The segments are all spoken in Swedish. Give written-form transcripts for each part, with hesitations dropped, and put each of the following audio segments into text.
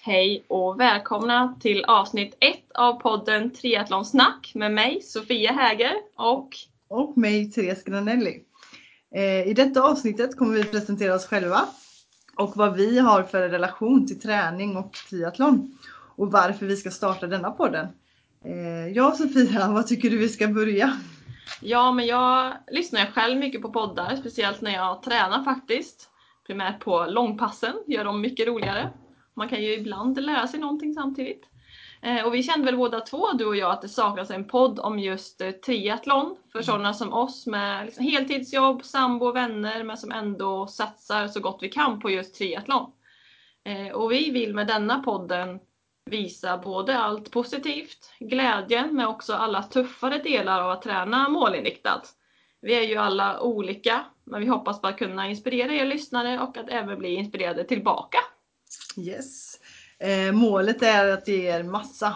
Hej och välkomna till avsnitt 1 av podden Triathlonsnack med mig Sofia Häger och mig Therese Granelli. I detta avsnittet kommer vi presentera oss själva och vad vi har för relation till träning och triathlon och varför vi ska starta denna podden. Ja Sofia, vad tycker du vi ska börja? Ja, men jag lyssnar själv mycket på poddar, speciellt när jag tränar faktiskt. Primärt på långpassen, gör dem mycket roligare. Man kan ju ibland lära sig någonting samtidigt. Och vi kände väl båda två, du och jag, att det saknas en podd om just triathlon. För sådana som oss med liksom heltidsjobb, sambo och vänner, men som ändå satsar så gott vi kan på just triathlon. Och vi vill med denna podden visa både allt positivt, glädjen, men också alla tuffare delar av att träna målinriktat. Vi är ju alla olika, men vi hoppas på att kunna inspirera er lyssnare och att även bli inspirerade tillbaka. Yes. Målet är att ge er massa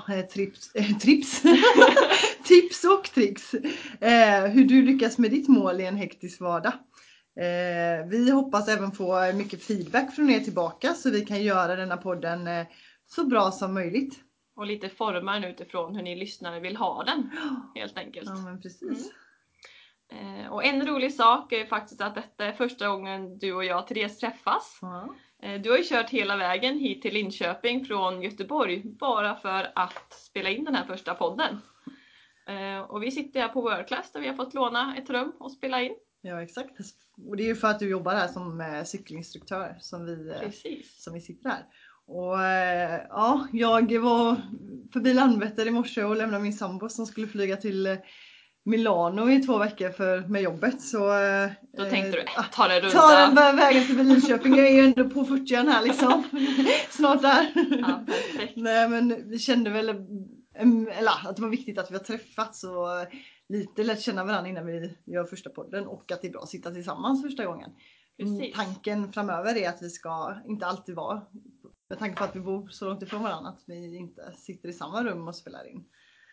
tips och tricks. Hur du lyckas med ditt mål i en hektisk vardag. Vi hoppas även få mycket feedback från er tillbaka så vi kan göra denna podden så bra som möjligt. Och lite forma den utifrån hur ni lyssnare vill ha den, helt enkelt. Ja, men precis. Och en rolig sak är faktiskt att detta är första gången du och jag, Therese, träffas. Ja. Du har ju kört hela vägen hit till Linköping från Göteborg bara för att spela in den här första podden. Och vi sitter här på World Class där vi har fått låna ett rum och spela in. Ja, exakt. Och det är ju för att du jobbar här som cykelinstruktör som vi sitter här. Och ja, jag var förbi Landvetter i morse och lämnade min sambo som skulle flyga till Milano i 2 veckor med jobbet. Så då tänkte du, ta det runda. Ta vägen till Linköping. Jag är ju ändå på 40 här liksom. Snart där. Ja, perfekt. Nej, men vi kände väl att det var viktigt att vi har träffats och lite lätt känna varandra innan vi gör första podden. Och att det är bra att sitta tillsammans första gången. Tanken framöver är att vi ska inte alltid vara, med tanke på att vi bor så långt ifrån varandra, att vi inte sitter i samma rum och spelar in.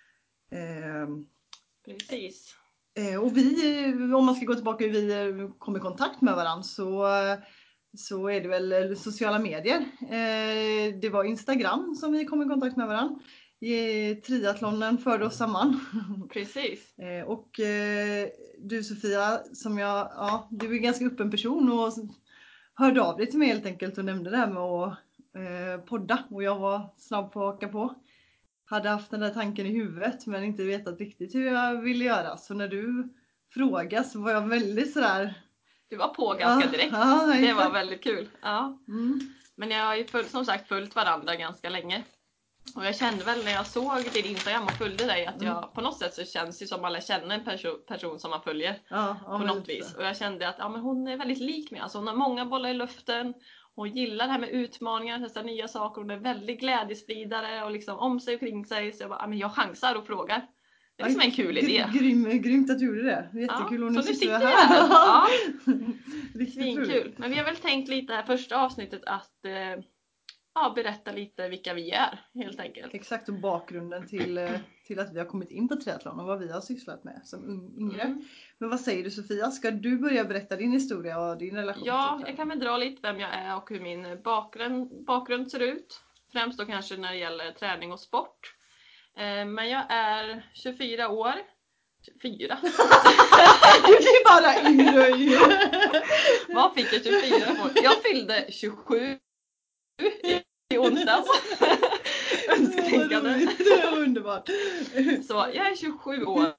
Precis. Och vi, om man ska gå tillbaka hur vi kom i kontakt med varandra så är det väl sociala medier. Det var Instagram som vi kom i kontakt med varandra. Triathlonen förde oss samman. Precis. Och du Sofia, du är en ganska öppen person och hörde av dig till mig helt enkelt och nämnde det här med att podda. Och jag var snabb på att haka på. Hade haft den där tanken i huvudet men inte vetat riktigt hur jag ville göra. Så när du frågade så var jag väldigt sådär... Du var på ganska direkt. Det var väldigt kul. Ja. Men jag har ju som sagt följt varandra ganska länge. Och jag kände väl när jag såg din Instagram och följde dig att jag på något sätt så känns det som alla känner en person som man följer på något vis. Och jag kände att men hon är väldigt lik mig. Alltså hon har många bollar i luften. Hon gillar det här med utmaningar, testa nya saker. Hon är väldigt glädjespridare och liksom om sig och kring sig. Så jag bara, men jag chansar och frågar. Det är liksom en kul idé. Grymt att du gjorde det. Jättekul. Och nu sitter vi här. Ja. Riktigt kul. Men vi har väl tänkt lite här första avsnittet att berätta lite vilka vi är, helt enkelt. Exakt, och bakgrunden till att vi har kommit in på triathlon och vad vi har sysslat med som yngre. Men vad säger du Sofia? Ska du börja berätta din historia och din relation? Ja, jag kan väl dra lite vem jag är och hur min bakgrund ser ut. Främst då kanske när det gäller träning och sport. Men jag är 24 år. 24? Du blir bara yngre och yngre. Vad fick jag 24 år? Jag fyllde 27 i onsdags. Önsketänkande. Det är underbart. Så jag är 27 år.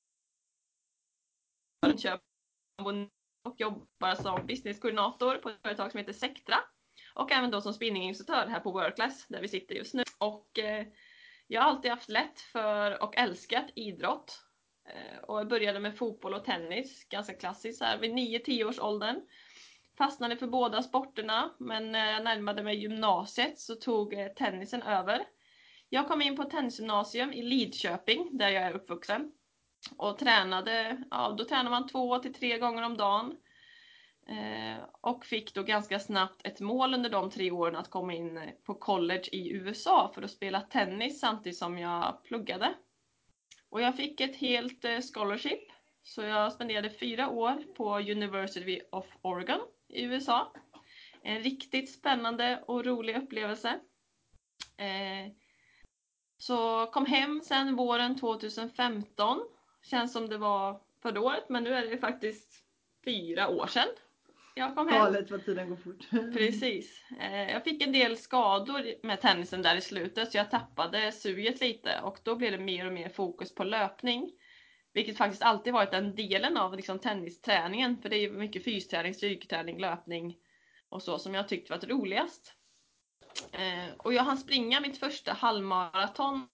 Och jobbar som businesskoordinator på ett företag som heter Sectra. Och även då som spinninginstruktör här på World Class där vi sitter just nu. Och jag har alltid haft lätt för och älskat idrott. Och jag började med fotboll och tennis, ganska klassiskt här vid 9-10 års åldern. Fastnade för båda sporterna, men när jag närmade mig gymnasiet så tog tennisen över. Jag kom in på tennisgymnasium i Lidköping, där jag är uppvuxen. Och tränade, då tränar man 2 till 3 gånger om dagen. Och fick då ganska snabbt ett mål under de 3 åren att komma in på college i USA för att spela tennis samtidigt som jag pluggade. Och jag fick ett helt scholarship. Så jag spenderade 4 år på University of Oregon i USA. En riktigt spännande och rolig upplevelse. Så kom hem sen våren 2015. Känns som det var förra året, men nu är det faktiskt 4 år sedan jag kom hem. Galet vad tiden går fort. Precis. Jag fick en del skador med tennisen där i slutet, så jag tappade suget lite. Och då blev det mer och mer fokus på löpning. Vilket faktiskt alltid varit en delen av liksom tennisträningen. För det är ju mycket fysträning, styrketräning, löpning och så som jag tyckte varit roligast. Och jag hann springa mitt första halvmaraton.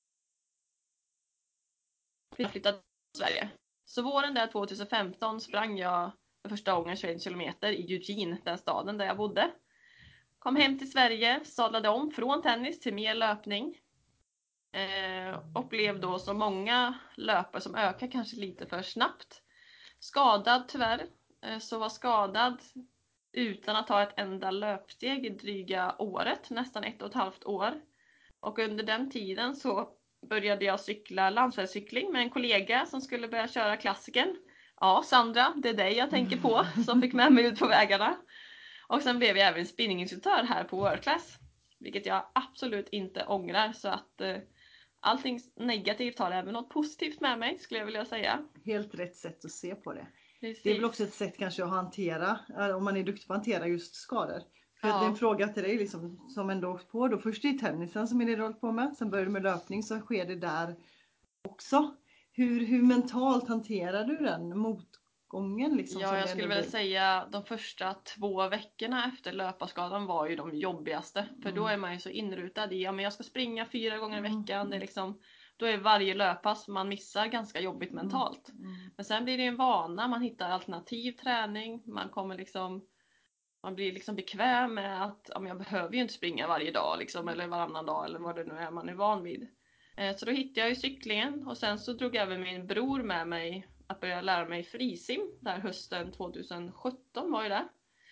Jag flyttade till Sverige. Så våren där 2015 sprang jag för första gången 21 kilometer i Eugene, den staden där jag bodde. Kom hem till Sverige, sadlade om från tennis till mer löpning. Och blev då som många löpare som ökar kanske lite för snabbt. Skadad tyvärr. Så var skadad utan att ta ett enda löpsteg i dryga året, nästan 1,5 år. Och under den tiden så började jag cykla landsvägscykling med en kollega som skulle börja köra klassiken. Ja, Sandra, det är dig jag tänker på, som fick med mig ut på vägarna. Och sen blev jag även spinninginstruktör här på World Class. Vilket jag absolut inte ångrar, så att allting negativt har även något positivt med mig, skulle jag vilja säga. Helt rätt sätt att se på det. Precis. Det är väl också ett sätt kanske att hantera, om man är duktig på att hantera just skador. För Ja. det är en fråga till dig liksom, som ändå åkt på då. Först i tennisen som är det du hållit på med. Sen börjar du med löpning, så sker det där också. Hur mentalt hanterar du den motgången? Liksom, Ja, som jag det skulle ändå väl blir? säga de första 2 veckorna efter löparskadan var ju de jobbigaste. För då är man ju så inrutad i, ja men jag ska springa 4 gånger i veckan. Det är liksom, då är varje löppass man missar ganska jobbigt mentalt. Men sen blir det en vana, man hittar alternativ träning. Man blir liksom bekväm med att ja, men jag behöver ju inte springa varje dag liksom, eller varannan dag eller vad det nu är man är van vid. Så då hittade jag ju cyklingen, och sen så drog även min bror med mig att börja lära mig frisim där hösten 2017 var ju det.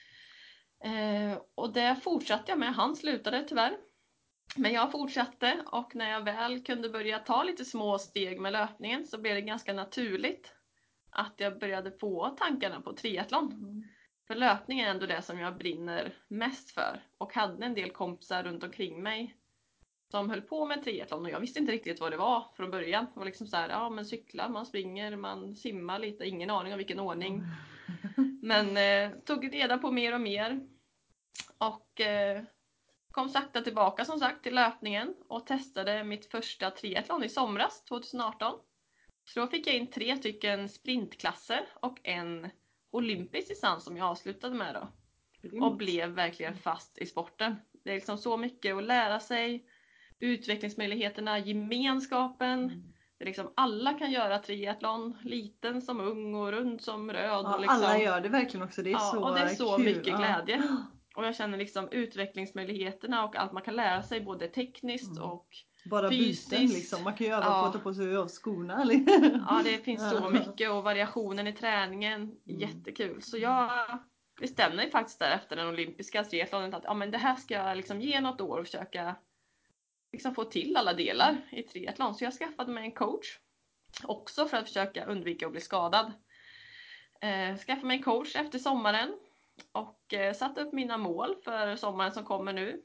Och det fortsatte jag med. Han slutade tyvärr. Men jag fortsatte, och när jag väl kunde börja ta lite små steg med löpningen så blev det ganska naturligt att jag började få tankarna på triathlon. För löpning är ändå det som jag brinner mest för, och hade en del kompisar runt omkring mig som höll på med triathlon, och jag visste inte riktigt vad det var från början. Det var liksom så här, ja men cyklar, man springer, man simmar lite, ingen aning om vilken ordning. Men tog reda på mer och mer. Och kom sakta tillbaka som sagt till löpningen och testade mitt första triathlon i somras 2018. Så då fick jag in 3 stycken sprintklasser och en olympisk distans som jag avslutade med då. Och blev verkligen fast i sporten. Det är liksom så mycket att lära sig. Utvecklingsmöjligheterna, gemenskapen. Det är liksom, alla kan göra triathlon, liten som ung och rund som röd. Ja, och liksom, alla gör det verkligen också, det är så och det är så kul. mycket glädje. Och jag känner liksom utvecklingsmöjligheterna och allt man kan lära sig både tekniskt och bara fysiskt. byten liksom, man kan ju öva på att ta på sig av skorna. Ja, det finns så mycket, och variationen i träningen, jättekul. Så jag bestämde mig faktiskt där efter den olympiska triathlonen att ja, men det här ska jag liksom ge något år och försöka liksom få till alla delar i triathlon. Så jag skaffade mig en coach också för att försöka undvika att bli skadad. Skaffade mig en coach efter sommaren och satte upp mina mål för sommaren som kommer nu.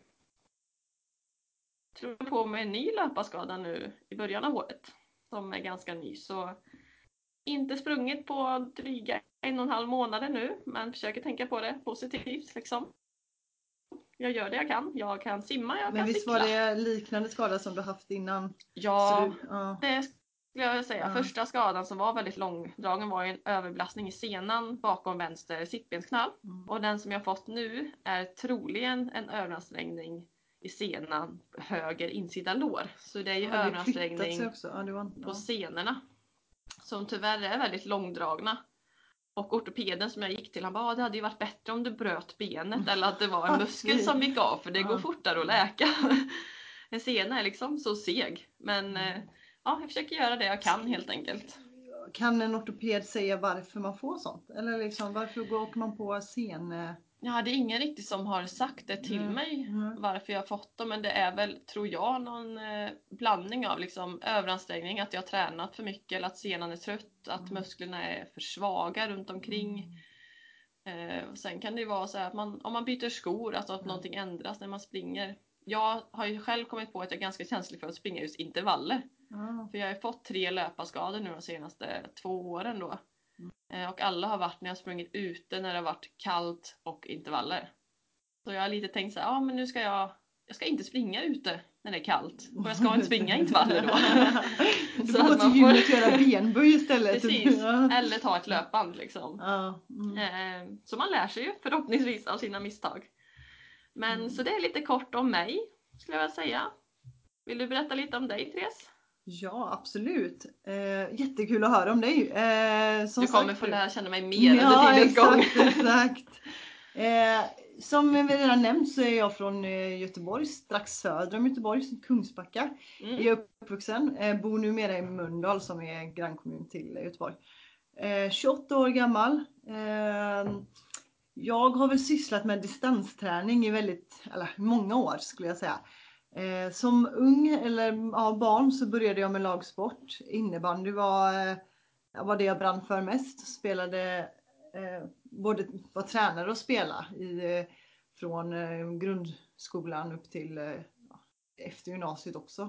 Jag tror på mig en ny löparskada nu i början av året som är ganska ny, så inte sprungit på dryga 1,5 månader nu, men försöker tänka på det positivt liksom. Jag gör det jag kan. Jag kan simma, jag Men kan visst cykla. var det liknande skada som du haft innan? Ja, ja. det skulle jag säga. Ja. Första skadan som var väldigt långdragen var en överbelastning i senan bakom vänster sittbensknöl. Och den som jag fått nu är troligen en överansträngning i senan höger insida lår. Så det är ju överansträngning på senorna som tyvärr är väldigt långdragna. Och ortopeden som jag gick till, han bara, det hade ju varit bättre om du bröt benet eller att det var en muskel som gick av, för det går fortare att läka. En sena är liksom så seg. Men ja, jag försöker göra det jag kan helt enkelt. Kan en ortoped säga varför man får sånt? Eller liksom, varför åker man på sen? Ja, det är ingen riktigt som har sagt det till mig varför jag har fått dem, men det är väl, tror jag, någon blandning av liksom överansträngning, att jag har tränat för mycket eller att senan är trött, att musklerna är för svaga runt omkring. Sen kan det ju vara så här att om man byter skor, alltså att någonting ändras när man springer. jag har ju själv kommit på att jag är ganska känslig för att springa just intervaller. För jag har ju fått 3 löparskador nu de senaste 2 åren då. Och alla har varit när jag sprungit ute när det har varit kallt och intervaller. Så jag har lite tänkt så här, ja men nu ska jag ska inte springa ute när det är kallt. Och jag ska inte springa intervaller då. Du får gå till gymmet och göra benböj istället. Precis, eller ta ett löpband liksom. Ja. Så man lär sig ju förhoppningsvis av sina misstag. Men så det är lite kort om mig, skulle jag vilja säga. Vill du berätta lite om dig, Therese? Ja, absolut. Jättekul att höra om dig. Du kommer få lära känna mig mer under tidens gång. Exakt. Som vi redan nämnt så är jag från Göteborg, strax söder om Göteborg, Kungsbacka. Jag är uppvuxen, bor numera i Mölndal som är grannkommun till Göteborg. 28 år gammal. Jag har väl sysslat med distansträning i många år skulle jag säga. Som ung eller barn så började jag med lagsport. Innebandy var det jag brann för mest. Spelade både var tränare och spela från grundskolan upp till efter gymnasiet också.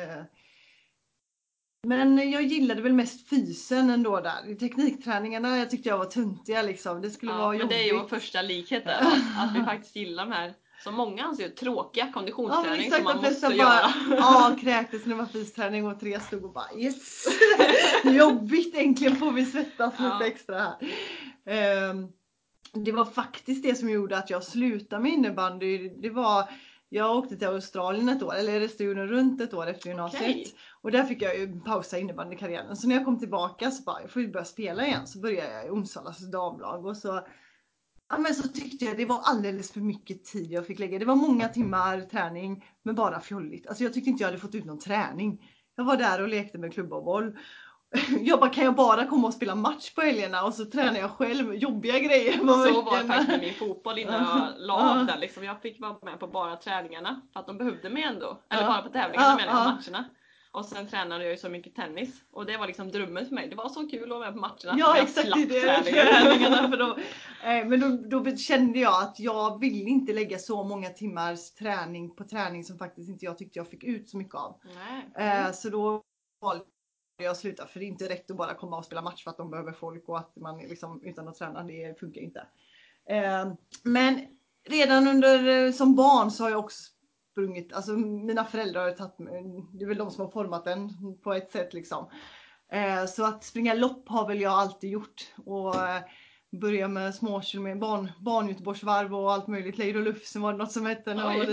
Men jag gillade väl mest fysen ändå där. I teknikträningarna jag tyckte jag var töntiga liksom. Det skulle vara jobbigt. Men det är ju vår första likhet där. Att vi faktiskt gillar de här, som många anser, tråkiga konditionsträning som man måste göra. Ja, kräktes när det var fysträning och Therese stod och bara yes! Jobbigt, äntligen får vi svettas lite extra här. Det var faktiskt det som gjorde att jag slutade med innebandy. Jag åkte till Australien ett år, eller reste jorden runt ett år efter gymnasiet. Okay. Och där fick jag ju pausa innebandykarriären. Så när jag kom tillbaka så bara, jag får ju börja spela igen. Så började jag i Onsala damlag och så... Ja, men så tyckte jag det var alldeles för mycket tid jag fick lägga. Det var många timmar träning men bara fjolligt. Alltså jag tyckte inte jag hade fått ut någon träning. Jag var där och lekte med klubba och boll. Jag bara, kan jag bara komma och spela match på helgerna och så tränar jag själv jobbiga grejer. Så var det faktiskt med min fotboll innan jag la av där liksom. Jag fick vara med på bara träningarna för att de behövde mig ändå. Eller bara på tävlingarna menar jag, matcherna. Och sen tränade jag ju så mycket tennis. Och det var liksom drömmen för mig. Det var så kul att vara med på matcherna. Ja, exakt, det är träningarna. Men då kände jag att jag ville inte lägga så många timmars träning på träning som faktiskt inte jag tyckte jag fick ut så mycket av. Så då valde jag sluta. För det är inte rätt att bara komma och spela match för att de behöver folk. Och att man liksom, utan att träna, det funkar inte. Men redan som barn så har jag också sprungit, alltså mina föräldrar har tagit, det är väl de som har format den på ett sätt liksom. Så att springa lopp har väl jag alltid gjort och börja med småkilometer, barn-Göteborgsvarv och allt möjligt. Lejd och Lufsen var det något som hette när jag var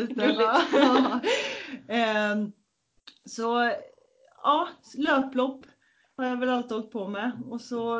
liten. Så ja, löplopp har jag väl alltid hållit på med. Och så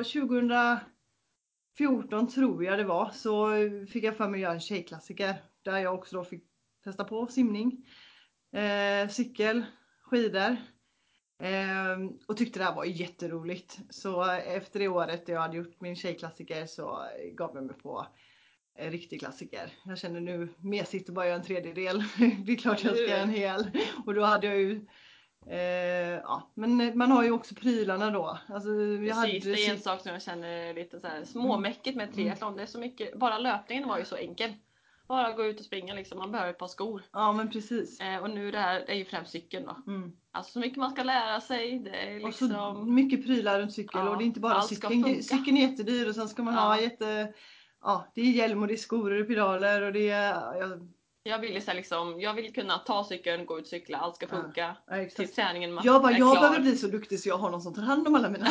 2014 tror jag det var, så fick jag för mig att göra en tjejklassiker. Där jag också då fick testa på simning, cykel, skidor. Och tyckte det här var jätteroligt. Så efter det året jag hade gjort min tjejklassiker så gav jag mig på riktig klassiker. Jag känner nu mesigt att bara göra en tredjedel. Det är klart jag ska göra en hel. Och då hade jag ju men man har ju också prylarna då. Alltså, Precis, det är en sak som jag känner lite så här småmäckigt med triathlon. Det är så mycket, bara löpningen var ju så enkel. Bara gå ut och springa liksom, man behöver ett par skor. Ja men precis. Och nu det är ju främst cykeln då. Alltså så mycket man ska lära sig. Det är liksom... Och så mycket prylar runt cykel och det är inte bara cykeln. Cykeln är jättedyr och sen ska man ha det är hjälm och det är skor och det är pedaler och det är... Jag vill kunna ta cykeln, gå ut och cykla, allt ska funka till träningen. Jag behöver bli så duktig så jag har någon som tar hand om alla mina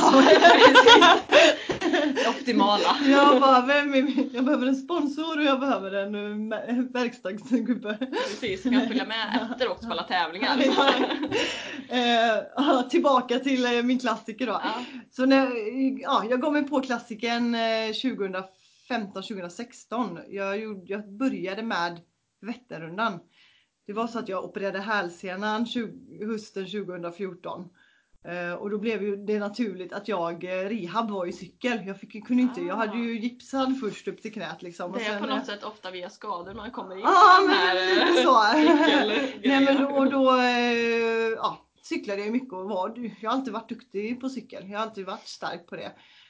optimala. Jag behöver en sponsor och jag behöver en verkstadsgubbe. Precis, kan följa med efter också på alla tävlingar. Tillbaka till min klassiker då. Så jag gav mig på klassikern 2015-2016. Jag började med Vätternrundan. Det var så att jag opererade hälsenan hösten 2014. Och då blev ju det naturligt att rehab var i cykel. Jag hade ju gipsad först upp till knät liksom. Det är sen, på något sätt ofta via skador man kommer in cyklade jag mycket och jag har alltid varit duktig på cykel. Jag har alltid varit stark på det.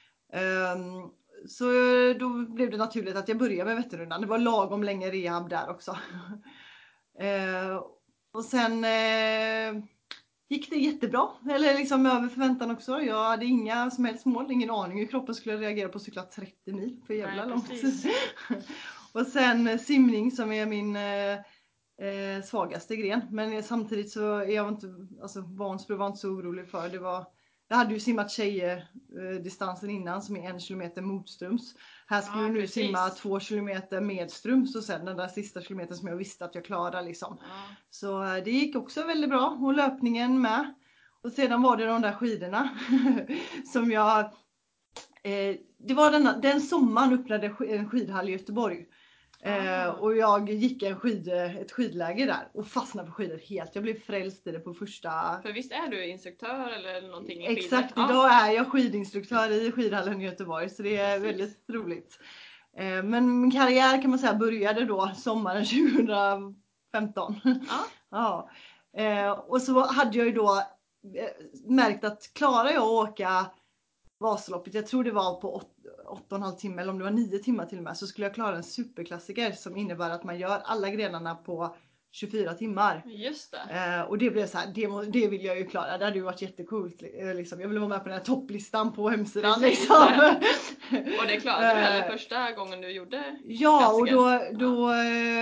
Så då blev det naturligt att jag började med Vätternrundan. Det var lagom länge rehab där också. Och sen gick det jättebra. Eller liksom över förväntan också. Jag hade inga som helst mål. Ingen aning hur kroppen skulle reagera på att cykla 30 mil. För jävla långt. Och sen simning som är min svagaste gren. Men samtidigt så är jag inte, alltså Vansbro var inte så orolig för. Jag hade ju simmat tjejdistansen innan som är 1 kilometer motströms. Här skulle du nu simma 2 kilometer medströms och sen den där sista kilometern som jag visste att jag klarade liksom. Så det gick också väldigt bra och löpningen med. Och sedan var det de där skidorna som jag det var den sommaren öppnade en skidhall i Göteborg. Och jag gick ett skidläger där och fastnade på skidor helt. Jag blev frälst i det på första... För visst är du instruktör eller någonting i skidor? Exakt, idag är jag skidinstruktör i skidhallen i Göteborg så det är väldigt roligt. Men min karriär kan man säga började då sommaren 2015. Ja. Och så hade jag ju då märkt att klarar jag att åka Vasaloppet, jag tror det var på 8,5 timmar eller om det var 9 timmar till och med, så skulle jag klara en superklassiker som innebär att man gör alla grenarna på 24 timmar. Just det. Och det blev så här, det vill jag ju klara. Det hade ju varit jättecoolt liksom. Jag ville vara med på den här topplistan på hemsidan liksom. Och det klarade du eller första gången du gjorde? Ja, och då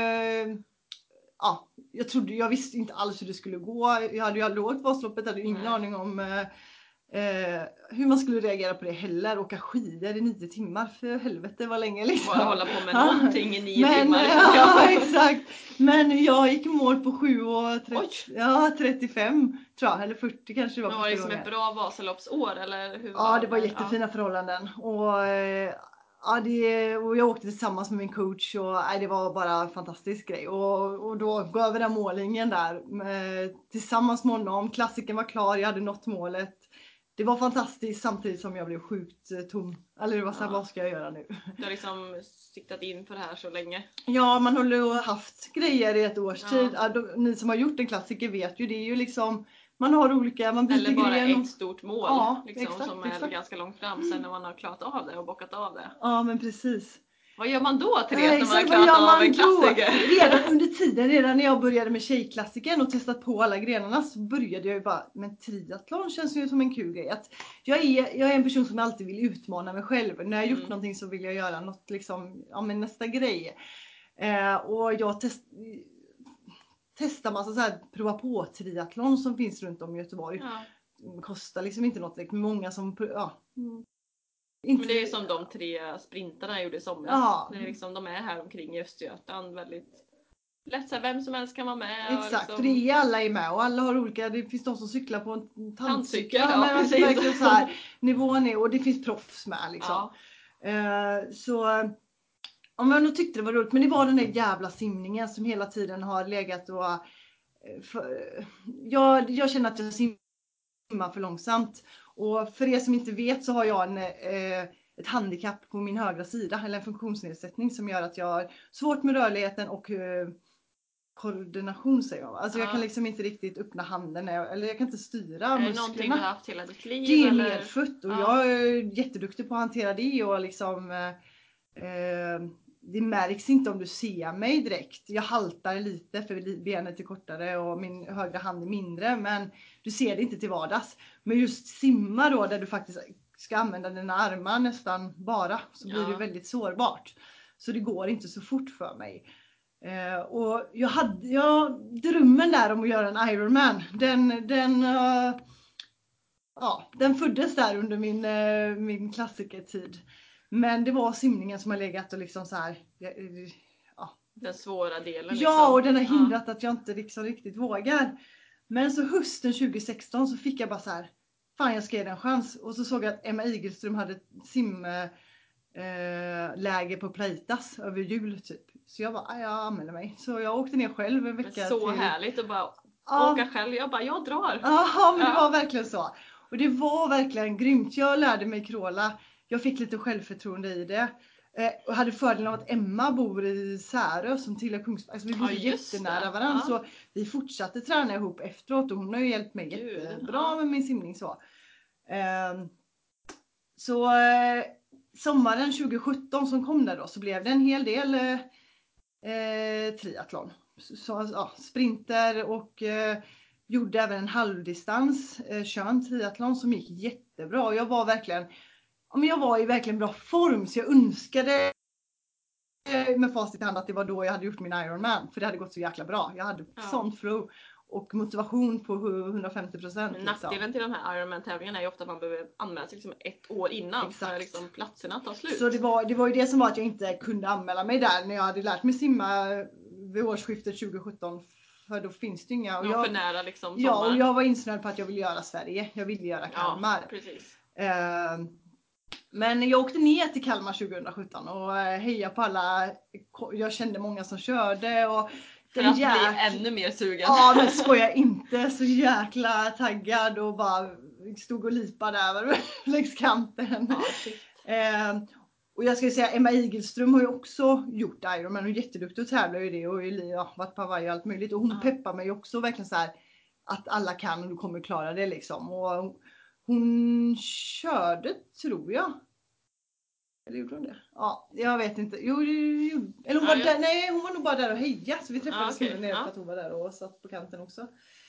jag visste inte alls hur det skulle gå. Jag hade ju aldrig åkt Vasaloppet, hade ingen aning om hur man skulle reagera på det heller. Åka skidor i 9 timmar, för helvete vad länge liksom. Bara hålla på med någonting i 9 timmar. Ja, exakt. Men jag gick i mål på 7:35 tror jag, eller 40 kanske det var. Men var det liksom ett bra Vasaloppsår eller hur? Ja, det var jättefina förhållanden. Och och jag åkte tillsammans med min coach och det var bara en fantastisk grej. Och då gå över den målningen där tillsammans med honom. Klassiken var klar, jag hade nått målet. Det var fantastiskt samtidigt som jag blev sjukt tom. Eller det var så här, vad ska jag göra nu? Du har liksom siktat in för det här så länge. Ja, man har ju haft grejer i ett års tid. Ni som har gjort en klassiker vet ju, det är ju liksom man har olika, man byter eller bara gren. Ett stort mål liksom, exakt, som är ganska långt fram sen när man har klarat av det och bockat av det. Ja, men precis. Vad gör man då Therese när man har klarat av en klassiker? Redan under tiden, redan när jag började med tjejklassiken och testat på alla grenarna så började jag ju bara, men triathlon känns ju som en kul grej. Att jag är en person som alltid vill utmana mig själv. När jag gjort någonting så vill jag göra något liksom, men nästa grej. Och jag testar massa så här prova på triathlon som finns runt om i Göteborg. Det kostar liksom inte något, men många som men det är som de 3 sprintarna gjorde i somras. Det är liksom, de är här omkring i Östergötland väldigt lätt så här, vem som helst kan vara med. Exakt, liksom... för det är alla är med och alla har olika, det finns de som cyklar på en tandcykel. Ja, men alltså verkligen så här, nivån är, och det finns proffs med liksom. Så men jag tyckte det var roligt, men det var den där jävla simningen som hela tiden har legat och jag känner att jag simmar för långsamt. Och för er som inte vet så har jag ett handikapp på min högra sida, eller en funktionsnedsättning som gör att jag har svårt med rörligheten och koordination säger jag. Alltså jag kan liksom inte riktigt öppna handen eller jag kan inte styra musklerna. Är det någonting du har haft hela ditt liv? Det är medfött och jag är jätteduktig på att hantera det och liksom det märks inte om du ser mig direkt. Jag haltar lite för benet är kortare och min högra hand är mindre. Men du ser det inte till vardags. Men just simma då där du faktiskt ska använda dina armar nästan bara. Så blir det väldigt sårbart. Så det går inte så fort för mig. Och jag hade drömmen där om att göra en Ironman. Den föddes där under min klassikertid. Men det var simningen som har legat och liksom så här. Den svåra delen. Ja, och den har hindrat att jag inte liksom riktigt vågar. Men så hösten 2016 så fick jag bara så här. Fan, jag ska ge den en chans. Och så såg jag att Emma Igelström hade simläger på Plaitas över jul typ. Så jag bara, jag anmälde mig. Så jag åkte ner själv en vecka. Så härligt att bara åka själv. Jag bara, jag drar. Ja, men det var verkligen så. Och det var verkligen grymt. Jag lärde mig crawla. Jag fick lite självförtroende i det. Och hade fördelen av att Emma bor i Särö som tillhör Kungsbacka. Alltså vi bodde jättenära varandra. Så vi fortsatte träna ihop efteråt. Och hon har ju hjälpt mig jättebra med min simning så. Sommaren 2017 som kom där då så blev det en hel del triathlon. sprinter och gjorde även en halvdistans kön triathlon som gick jättebra. Jag var i verkligen bra form, så jag önskade med facit i hand att det var då jag hade gjort min Ironman, för det hade gått så jäkla bra. Jag hade sån flow och motivation på 150%. Men nackdelen till de här Ironman-tävlingarna är ju ofta att man behöver anmäla sig liksom 1 år innan för liksom platserna tar slut. Så det var ju det som var att jag inte kunde anmäla mig där när jag hade lärt mig simma vid årsskiftet 2017. För då finns det inga. Och för nära liksom sommaren. Ja, och jag var insnöad på att jag ville göra Sverige. Jag ville göra Kalmar. Ja, precis. Men jag åkte ner till Kalmar 2017 och hejade på alla. Jag kände många som körde. Och för att bli ännu mer sugen. Ja, men skojar inte. Så jäkla taggad och bara stod och lipade där längs kanten. Ja, och jag ska säga, Emma Igelström har ju också gjort Ironman och är jätteduktig och tävlar i det och varit på Hawaii och allt möjligt. Och hon peppar mig också verkligen så här att alla kan och du kommer klara det liksom. Och hon körde, tror jag. Eller gjorde hon det? Ja, jag vet inte. Jo, eller hon var där, nej, hon var nog bara där och heja. Så vi träffades nu nere för att hon var där och satt på kanten också.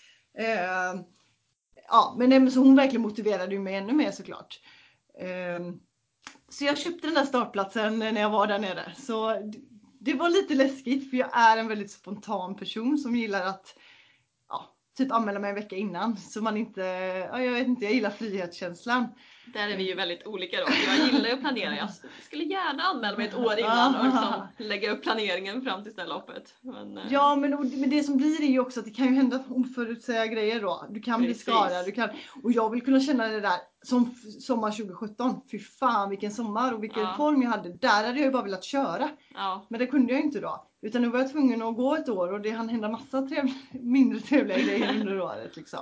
Men så hon verkligen motiverade ju mig ännu mer såklart. Så jag köpte den där startplatsen när jag var där nere. Så det var lite läskigt, för jag är en väldigt spontan person som gillar att typ anmäla mig en vecka innan. Så man inte, jag gillar frihetskänslan. Där är vi ju väldigt olika då. Jag gillar ju att planera. Jag skulle gärna anmäla mig 1 år innan och liksom lägga upp planeringen fram till det loppet. Men det som blir är ju också att det kan ju hända oförutsägbara grejer då. Du kan bli skadad. Och jag vill kunna känna det där som sommar 2017. Fy fan vilken sommar och vilken form jag hade. Där hade jag ju bara velat köra. Ja. Men det kunde jag inte då. Utan nu var jag tvungen att gå 1 år och det hann hända massa mindre trevliga grejer under året liksom.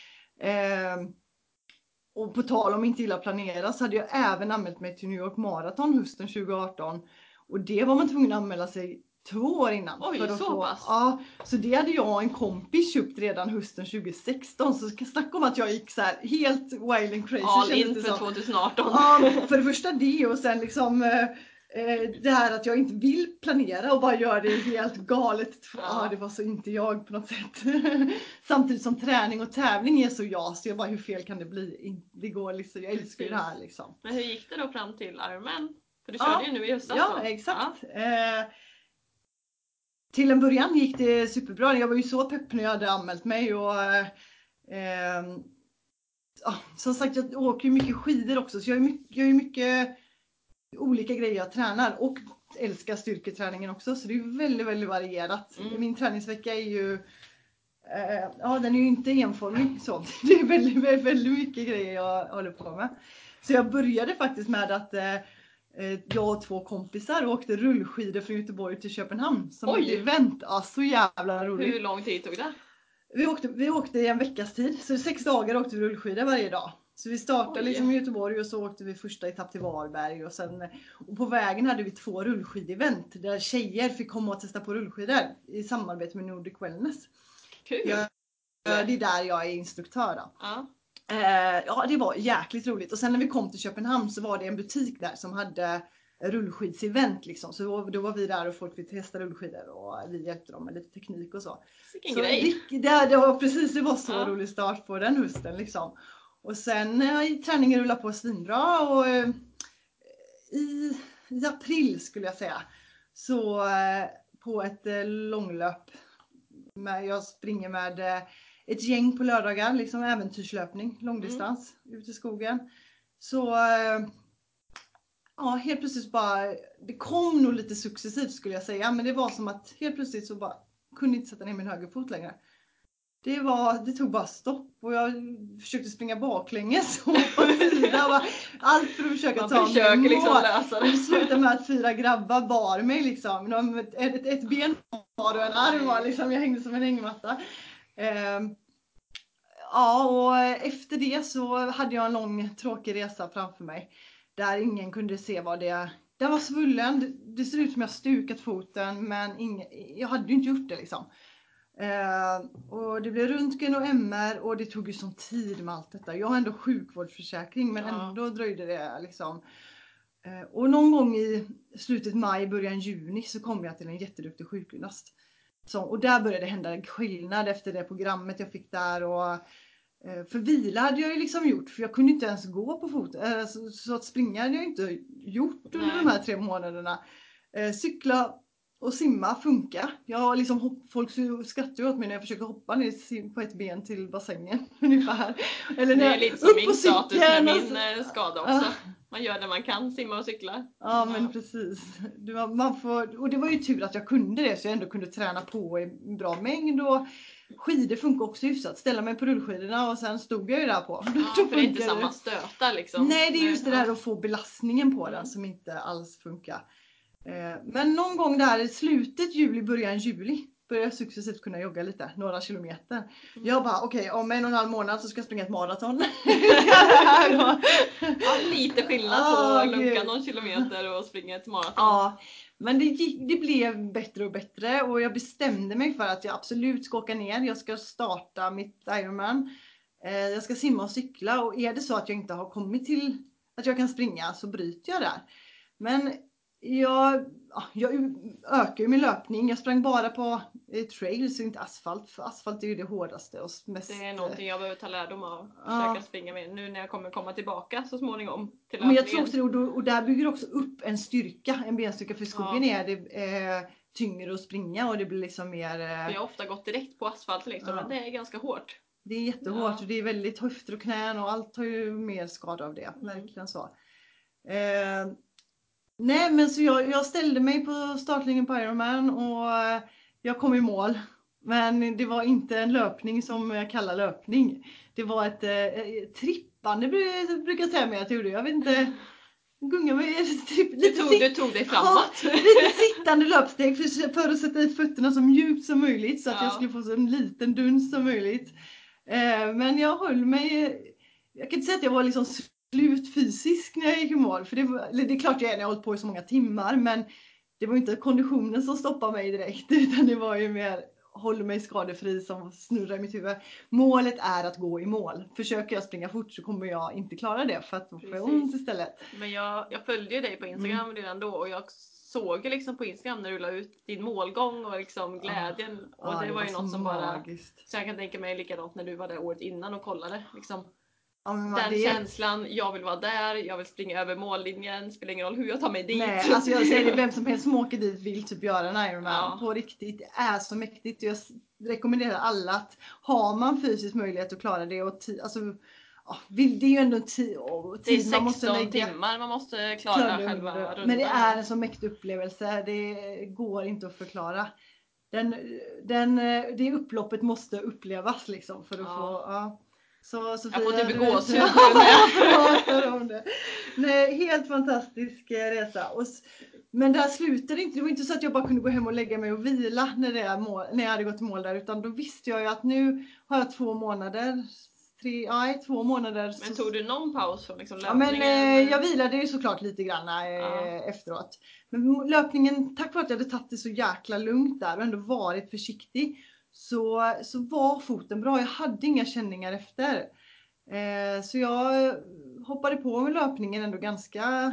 Och på tal om inte gilla planera så hade jag även anmält mig till New York Marathon hösten 2018. Och det var man tvungen att anmäla sig 2 år innan. Oj, för att så pass? Ja, så det hade jag och en kompis köpt redan hösten 2016. Så snacka om att jag gick så här helt wild and crazy. All in för 2018. Ja, för det första det och sen liksom det här att jag inte vill planera och bara gör det helt galet. Det var så inte jag på något sätt. Samtidigt som träning och tävling är så så jag bara, hur fel kan det bli? Det går liksom, jag älskar ju det här liksom. Men hur gick det då fram till Ironman? För du körde ju nu i höstas. Ja, exakt. Till en början gick det superbra. Jag var ju så pepp när jag hade anmält mig och som sagt, jag åker ju mycket skidor också, så jag gör ju mycket olika grejer jag tränar och älskar styrketräningen också, så det är väldigt, väldigt varierat. Min träningsvecka är ju den är ju inte enformig så. Det är väldigt, väldigt mycket grejer jag håller på med. Så jag började faktiskt med att jag och 2 kompisar åkte rullskidor från Göteborg till Köpenhamn som ett event. Så jävla roligt. Hur lång tid tog det? Vi åkte i en veckas tid, så 6 dagar åkte vi rullskidor varje dag. Så vi startade liksom i Göteborg och så åkte vi första etapp till Varberg och på vägen hade vi 2 rullskidevent där tjejer fick komma och testa på rullskidor i samarbete med Nordic Wellness. Kul! Det är där jag är instruktör då. Ja, det var jäkligt roligt. Och sen när vi kom till Köpenhamn så var det en butik där som hade rullskidsevent liksom. Så då var vi där och folk fick testa rullskidor och vi hjälpte dem med lite teknik och så. Vilken grej! Det var så rolig start på den hösten liksom. Och sen träningen rullade på svinbra och i april skulle jag säga så på ett långlöp jag springer med ett gäng på lördagar, liksom äventyrslöpning, långdistans ut i skogen. Så helt plötsligt bara, det kom nog lite successivt skulle jag säga, men det var som att helt plötsligt så bara kunde inte sätta ner min högerfot längre. Det tog bara stopp och jag försökte springa baklänges och allt för att försöka ta mig mål. Liksom lösa det. Det slutade med att 4 grabbar bar mig liksom. Ett ben var och en arm var liksom, jag hängde som en hängmatta. Och efter det så hade jag en lång tråkig resa framför mig. Där ingen kunde se vad det... Den var svullen, det ser ut som jag stukat foten, men jag hade ju inte gjort det liksom. Och det blev röntgen och MR och det tog ju sån tid med allt detta. Jag har ändå sjukvårdsförsäkring, men ändå dröjde det liksom. Och någon gång i slutet maj, början juni så kom jag till en jätteduktig sjukgymnast och där började det hända en skillnad efter det programmet jag fick där. Och, för vila hade jag ju liksom gjort, för jag kunde inte ens gå på fot. Så att springa hade jag inte gjort under de här 3 månaderna. Cykla och simma funkar. Jag liksom folk skrattar åt mig när jag försöker hoppa ner på ett ben till bassängen ungefär. Eller det när är lite som min status med alltså. min skada också. Man gör det man kan, simma och cykla. Ja, men precis. Och det var ju tur att jag kunde det, så jag ändå kunde träna på i bra mängd. Och skidor funkar också hyfsat. Ställa mig på rullskidorna och sen stod jag ju där på. Ja, för det är inte samma stötar liksom. Nej, det är just det där att få belastningen på den som inte alls funkar. Men någon gång där i slutet juli, början juli började jag successivt kunna jogga lite, några kilometer. Jag bara okej, om 1,5 månad så ska jag springa ett maraton. Ja, lite skillnad på att lunka någon kilometer och springa ett maraton. Ja, men det blev bättre och bättre, och jag bestämde mig för att jag absolut ska åka ner. Jag ska starta mitt Ironman. Jag ska simma och cykla, och är det så att jag inte har kommit till att jag kan springa så bryter jag där. Men jag ökar ju min löpning. Jag sprang bara på trails och inte asfalt. För asfalt är ju det hårdaste och mest... Det är någonting jag behöver ta lärdom av. Försöka springa med nu när jag kommer komma tillbaka så småningom till löpningen. Men jag tror också det, och där bygger också upp en styrka, en benstyrka, för skogen är det tyngre att springa och det blir liksom mer... Jag har ofta gått direkt på asfalt liksom, men det är ganska hårt. Det är jättehårt och det är väldigt höfter och knän och allt har ju mer skada av det. Verkligen så. Nej, men så jag ställde mig på startlinjen på Ironman och jag kom i mål. Men det var inte en löpning som jag kallar löpning. Det var ett trippande brukar jag säga mig att jag gjorde. Jag vet inte, gunga mig. Du tog dig framåt. Ja, lite sittande löpsteg för att sätta i fötterna så mjukt som möjligt. Så att jag skulle få så en liten duns som möjligt. Men jag höll mig, jag kan inte säga att jag var liksom slut fysisk när jag gick i mål. För det är klart jag är när jag har hållit på i så många timmar. Men det var inte konditionen som stoppade mig direkt. Utan det var ju mer håller mig skadefri som snurrar i mitt huvud. Målet är att gå i mål. Försöker jag springa fort så kommer jag inte klara det. För att då får jag ont istället. Men jag följde ju dig på Instagram redan då. Och jag såg ju liksom på Instagram när du la ut din målgång och liksom glädjen. Och det var ju något som magiskt. Så jag kan tänka mig likadant när du var där året innan och kollade liksom. Den känslan, jag vill vara där, jag vill springa över mållinjen, spelar ingen roll hur jag tar mig dit. Nej, alltså jag säger det, vem som helst som åker dit vill typ göra en Ironman på riktigt. Det är så mäktigt. Jag rekommenderar alla att har man fysisk möjlighet att klara det, och alltså, det är ju ändå tid det är 16 man måste timmar man måste klara själva rundan. Men det är en så mäktig upplevelse, det går inte att förklara. Det upploppet måste upplevas liksom för att få... Så Sofia, jag får typ gåshud. Nej, helt fantastisk resa. Men där slutade inte. Det var inte så att jag bara kunde gå hem och lägga mig och vila när jag hade gått i mål där. Utan då visste jag ju att nu har jag 2 månader. 2 månader. Men tog du någon paus från liksom löpningen? Men jag vilade ju såklart lite grann efteråt. Men löpningen, tack vare att jag hade tagit det så jäkla lugnt där och ändå varit försiktig. Så var foten bra. Jag hade inga känningar efter. Så jag hoppade på med löpningen ändå ganska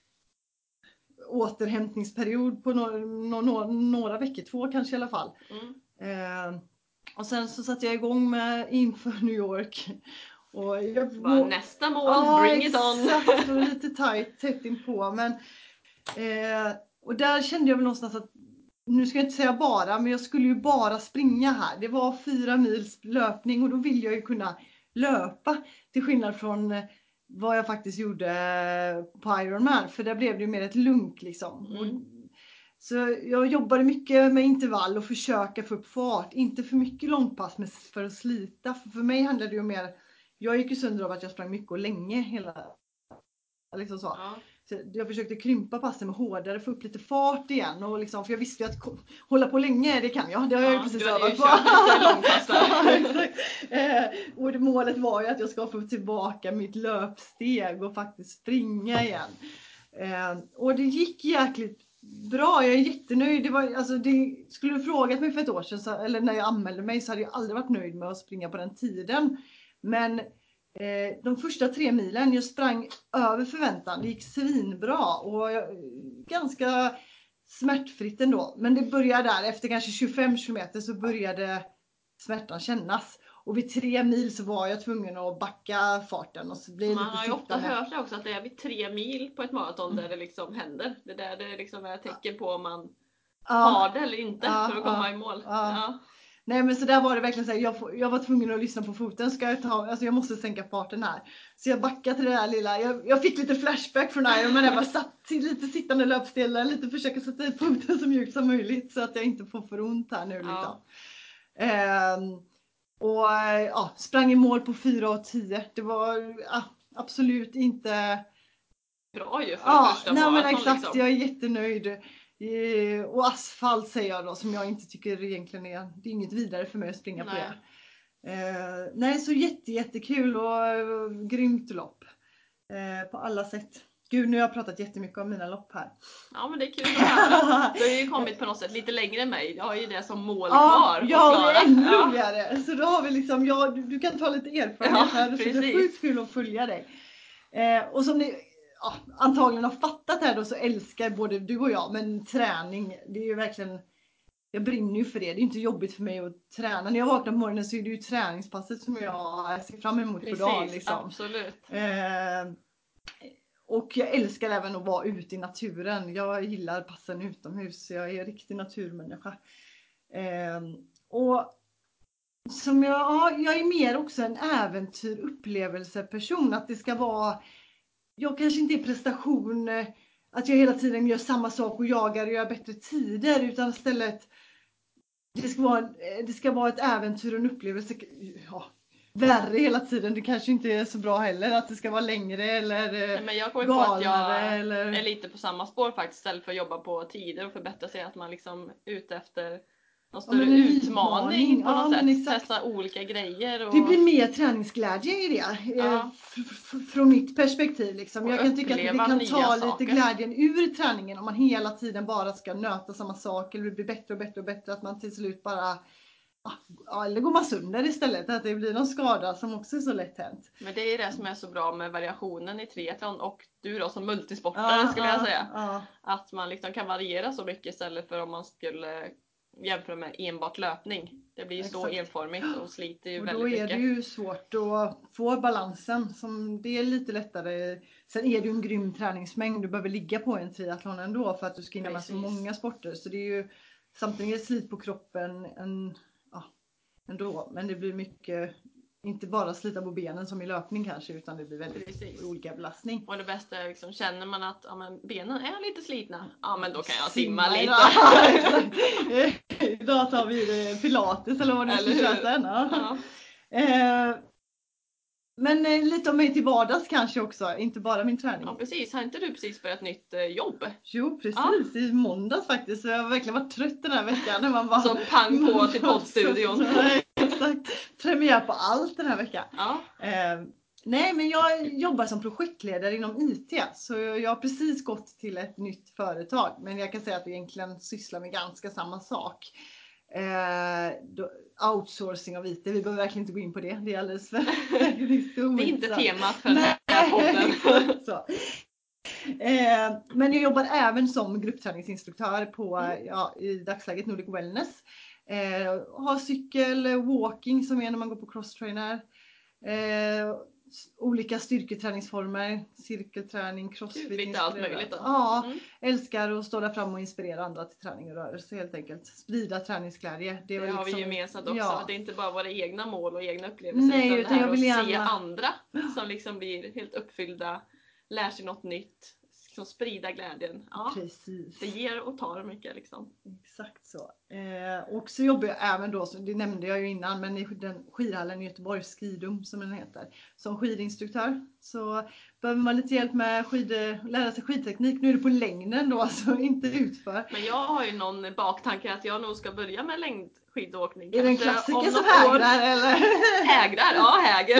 återhämtningsperiod på några veckor, 2 kanske i alla fall. Och sen så satte jag igång med inför New York. Och nästa mål, bring it on! Exakt, och lite tätt in på. Men, och där kände jag väl någonstans att nu ska jag inte säga bara, men jag skulle ju bara springa här. Det var 4 mils löpning och då vill jag ju kunna löpa. Till skillnad från vad jag faktiskt gjorde på Ironman. För där blev det ju mer ett lunk liksom. Så jag jobbade mycket med intervall och försöka få upp fart. Inte för mycket långpass för att slita. För mig handlade det ju mer, jag gick ju sönder av att jag sprang mycket och länge hela liksom så. Så jag försökte krympa passen med hårdare, få upp lite fart igen. Och liksom, för jag visste ju att hålla på länge, det kan jag. Det har jag ju precis övat på. Och målet var ju att jag ska få tillbaka mitt löpsteg och faktiskt springa igen. Och det gick jäkligt bra, jag är jättenöjd. Skulle du frågat mig för ett år sedan, eller när jag anmälde mig, så hade jag aldrig varit nöjd med att springa på den tiden. Men de första 3 milen, jag sprang över förväntan. Det gick svinbra och ganska smärtfritt ändå. Men det började där, efter kanske 25 kilometer så började smärtan kännas. Och vid 3 mil så var jag tvungen att backa farten. Och så blir Man lite har ju ofta sittande. hört det också att det är vid 3 mil på ett maraton där det liksom händer. Det där det liksom är tecken på om man har det eller inte för att komma i mål. Ja. Nej men så där var det verkligen så här, jag var tvungen att lyssna på foten. Jag måste sänka farten här. Så jag backade till det där lilla. Jag fick lite flashback från Ironman. Jag bara satt lite sittande löpstilla. Lite försöka sätta i foten så mjukt som möjligt. Så att jag inte får för ont här nu liksom. Och sprang i mål på 4:10. Det var absolut inte bra ju för det första maraton. Men exakt, liksom. jag är jättenöjd. Och asfalt säger jag då, som jag inte tycker egentligen är, det är inget vidare för mig att springa på det. Nej, så jättekul och grymt lopp. På alla sätt. Gud, nu har jag pratat jättemycket om mina lopp här. Ja, men det är kul att höra. Du har ju kommit på något sätt lite längre än mig. Jag har ju det som mål kvar. Ja, det är ännu roligare. Så då har vi liksom, du kan ta lite erfarenhet här. Så det är sjukt kul att följa dig. Och som ni antagligen har fattat här då, så älskar både du och jag, men träning, det är ju verkligen, jag brinner ju för det. Det är inte jobbigt för mig att träna. När jag vaknar på morgonen så är det ju träningspasset som jag ser fram emot på dagen. Liksom. Absolut. Och jag älskar även att vara ute i naturen. Jag gillar passen utomhus. Jag är en riktig naturmänniska. Och som jag är mer också en äventyrupplevelseperson. Att det ska vara, jag kanske inte är prestation, att jag hela tiden gör samma sak och jagar och gör bättre tider, utan istället det ska vara ett äventyr och en upplevelse. Värre hela tiden, det kanske inte är så bra heller, att det ska vara längre eller men jag kommer på att jag är lite på samma spår faktiskt, istället för att jobba på tider och förbättra sig, att man liksom är ute efter någon större utmaning på något sätt. Testa olika grejer. Och det blir mer träningsglädje i det. Från mitt perspektiv. Liksom. Jag kan tycka att det kan ta lite glädjen ur träningen om man hela tiden bara ska nöta samma sak. Eller det blir bättre och bättre och bättre. Att man till slut bara, eller går man sönder istället. Att det blir någon skada som också är så lätt hänt. Men det är det som är så bra med variationen i triathlon. Och du då som multisportare skulle jag säga. Att man liksom kan variera så mycket istället för om man skulle jämföra med enbart löpning. Det blir ju så enformigt och sliter ju väldigt mycket. Och då är det ju svårt att få balansen. Som det är lite lättare. Sen är det ju en grym träningsmängd. Du behöver ligga på en triathlon ändå för att du ska hinna med så många sporter. Så det är ju samtidigt slit på kroppen ändå. Men det blir mycket, inte bara slita på benen som i löpning kanske, utan det blir väldigt olika belastning. Och det bästa är liksom, känner man att benen är lite slitna, men då kan jag simma lite. Idag tar vi pilates eller vad det ska köra sen. Men lite om mig till vardags kanske också, inte bara min träning. Ja, precis. Har inte du precis börjat nytt jobb? Jo, precis. I måndags faktiskt. Så jag har verkligen varit trött den här veckan. När man bara, så pang på till poddstudion. Exakt. Premiär på allt den här veckan. Nej, men jag jobbar som projektledare inom IT. Så jag har precis gått till ett nytt företag. Men jag kan säga att vi egentligen sysslar med ganska samma sak. Outsourcing av IT. Vi behöver verkligen inte gå in på det. Det är alldeles för det är inte temat för den här podden. Så. Men jag jobbar även som gruppträningsinstruktör på i dagsläget Nordic Wellness. Har cykel, walking som är när man går på crosstrainer. Olika styrketräningsformer, cirkelträning, crossfit. Lite allt möjligt då. Älskar att stå där fram och inspirera andra till träning och rörelse helt enkelt. Sprida träningsglädje. Det har liksom, vi gemensamt också. Ja. Det är inte bara våra egna mål och egna upplevelser. Nej, utan jag vill att se andra som liksom blir helt uppfyllda, lär sig något nytt. Liksom sprida glädjen. Ja, precis. Det ger och tar mycket liksom. Exakt så. Och så jobbar jag även då, det nämnde jag ju innan, men i den skidhallen i Göteborg, Skidum som den heter, som skidinstruktör. Så behöver man lite hjälp med lära sig skidteknik. Nu är det på längden då, så inte utför. Men jag har ju någon baktanke att jag nog ska börja med längdskidåkning. Är det en klassiker som hägrar eller? Häger.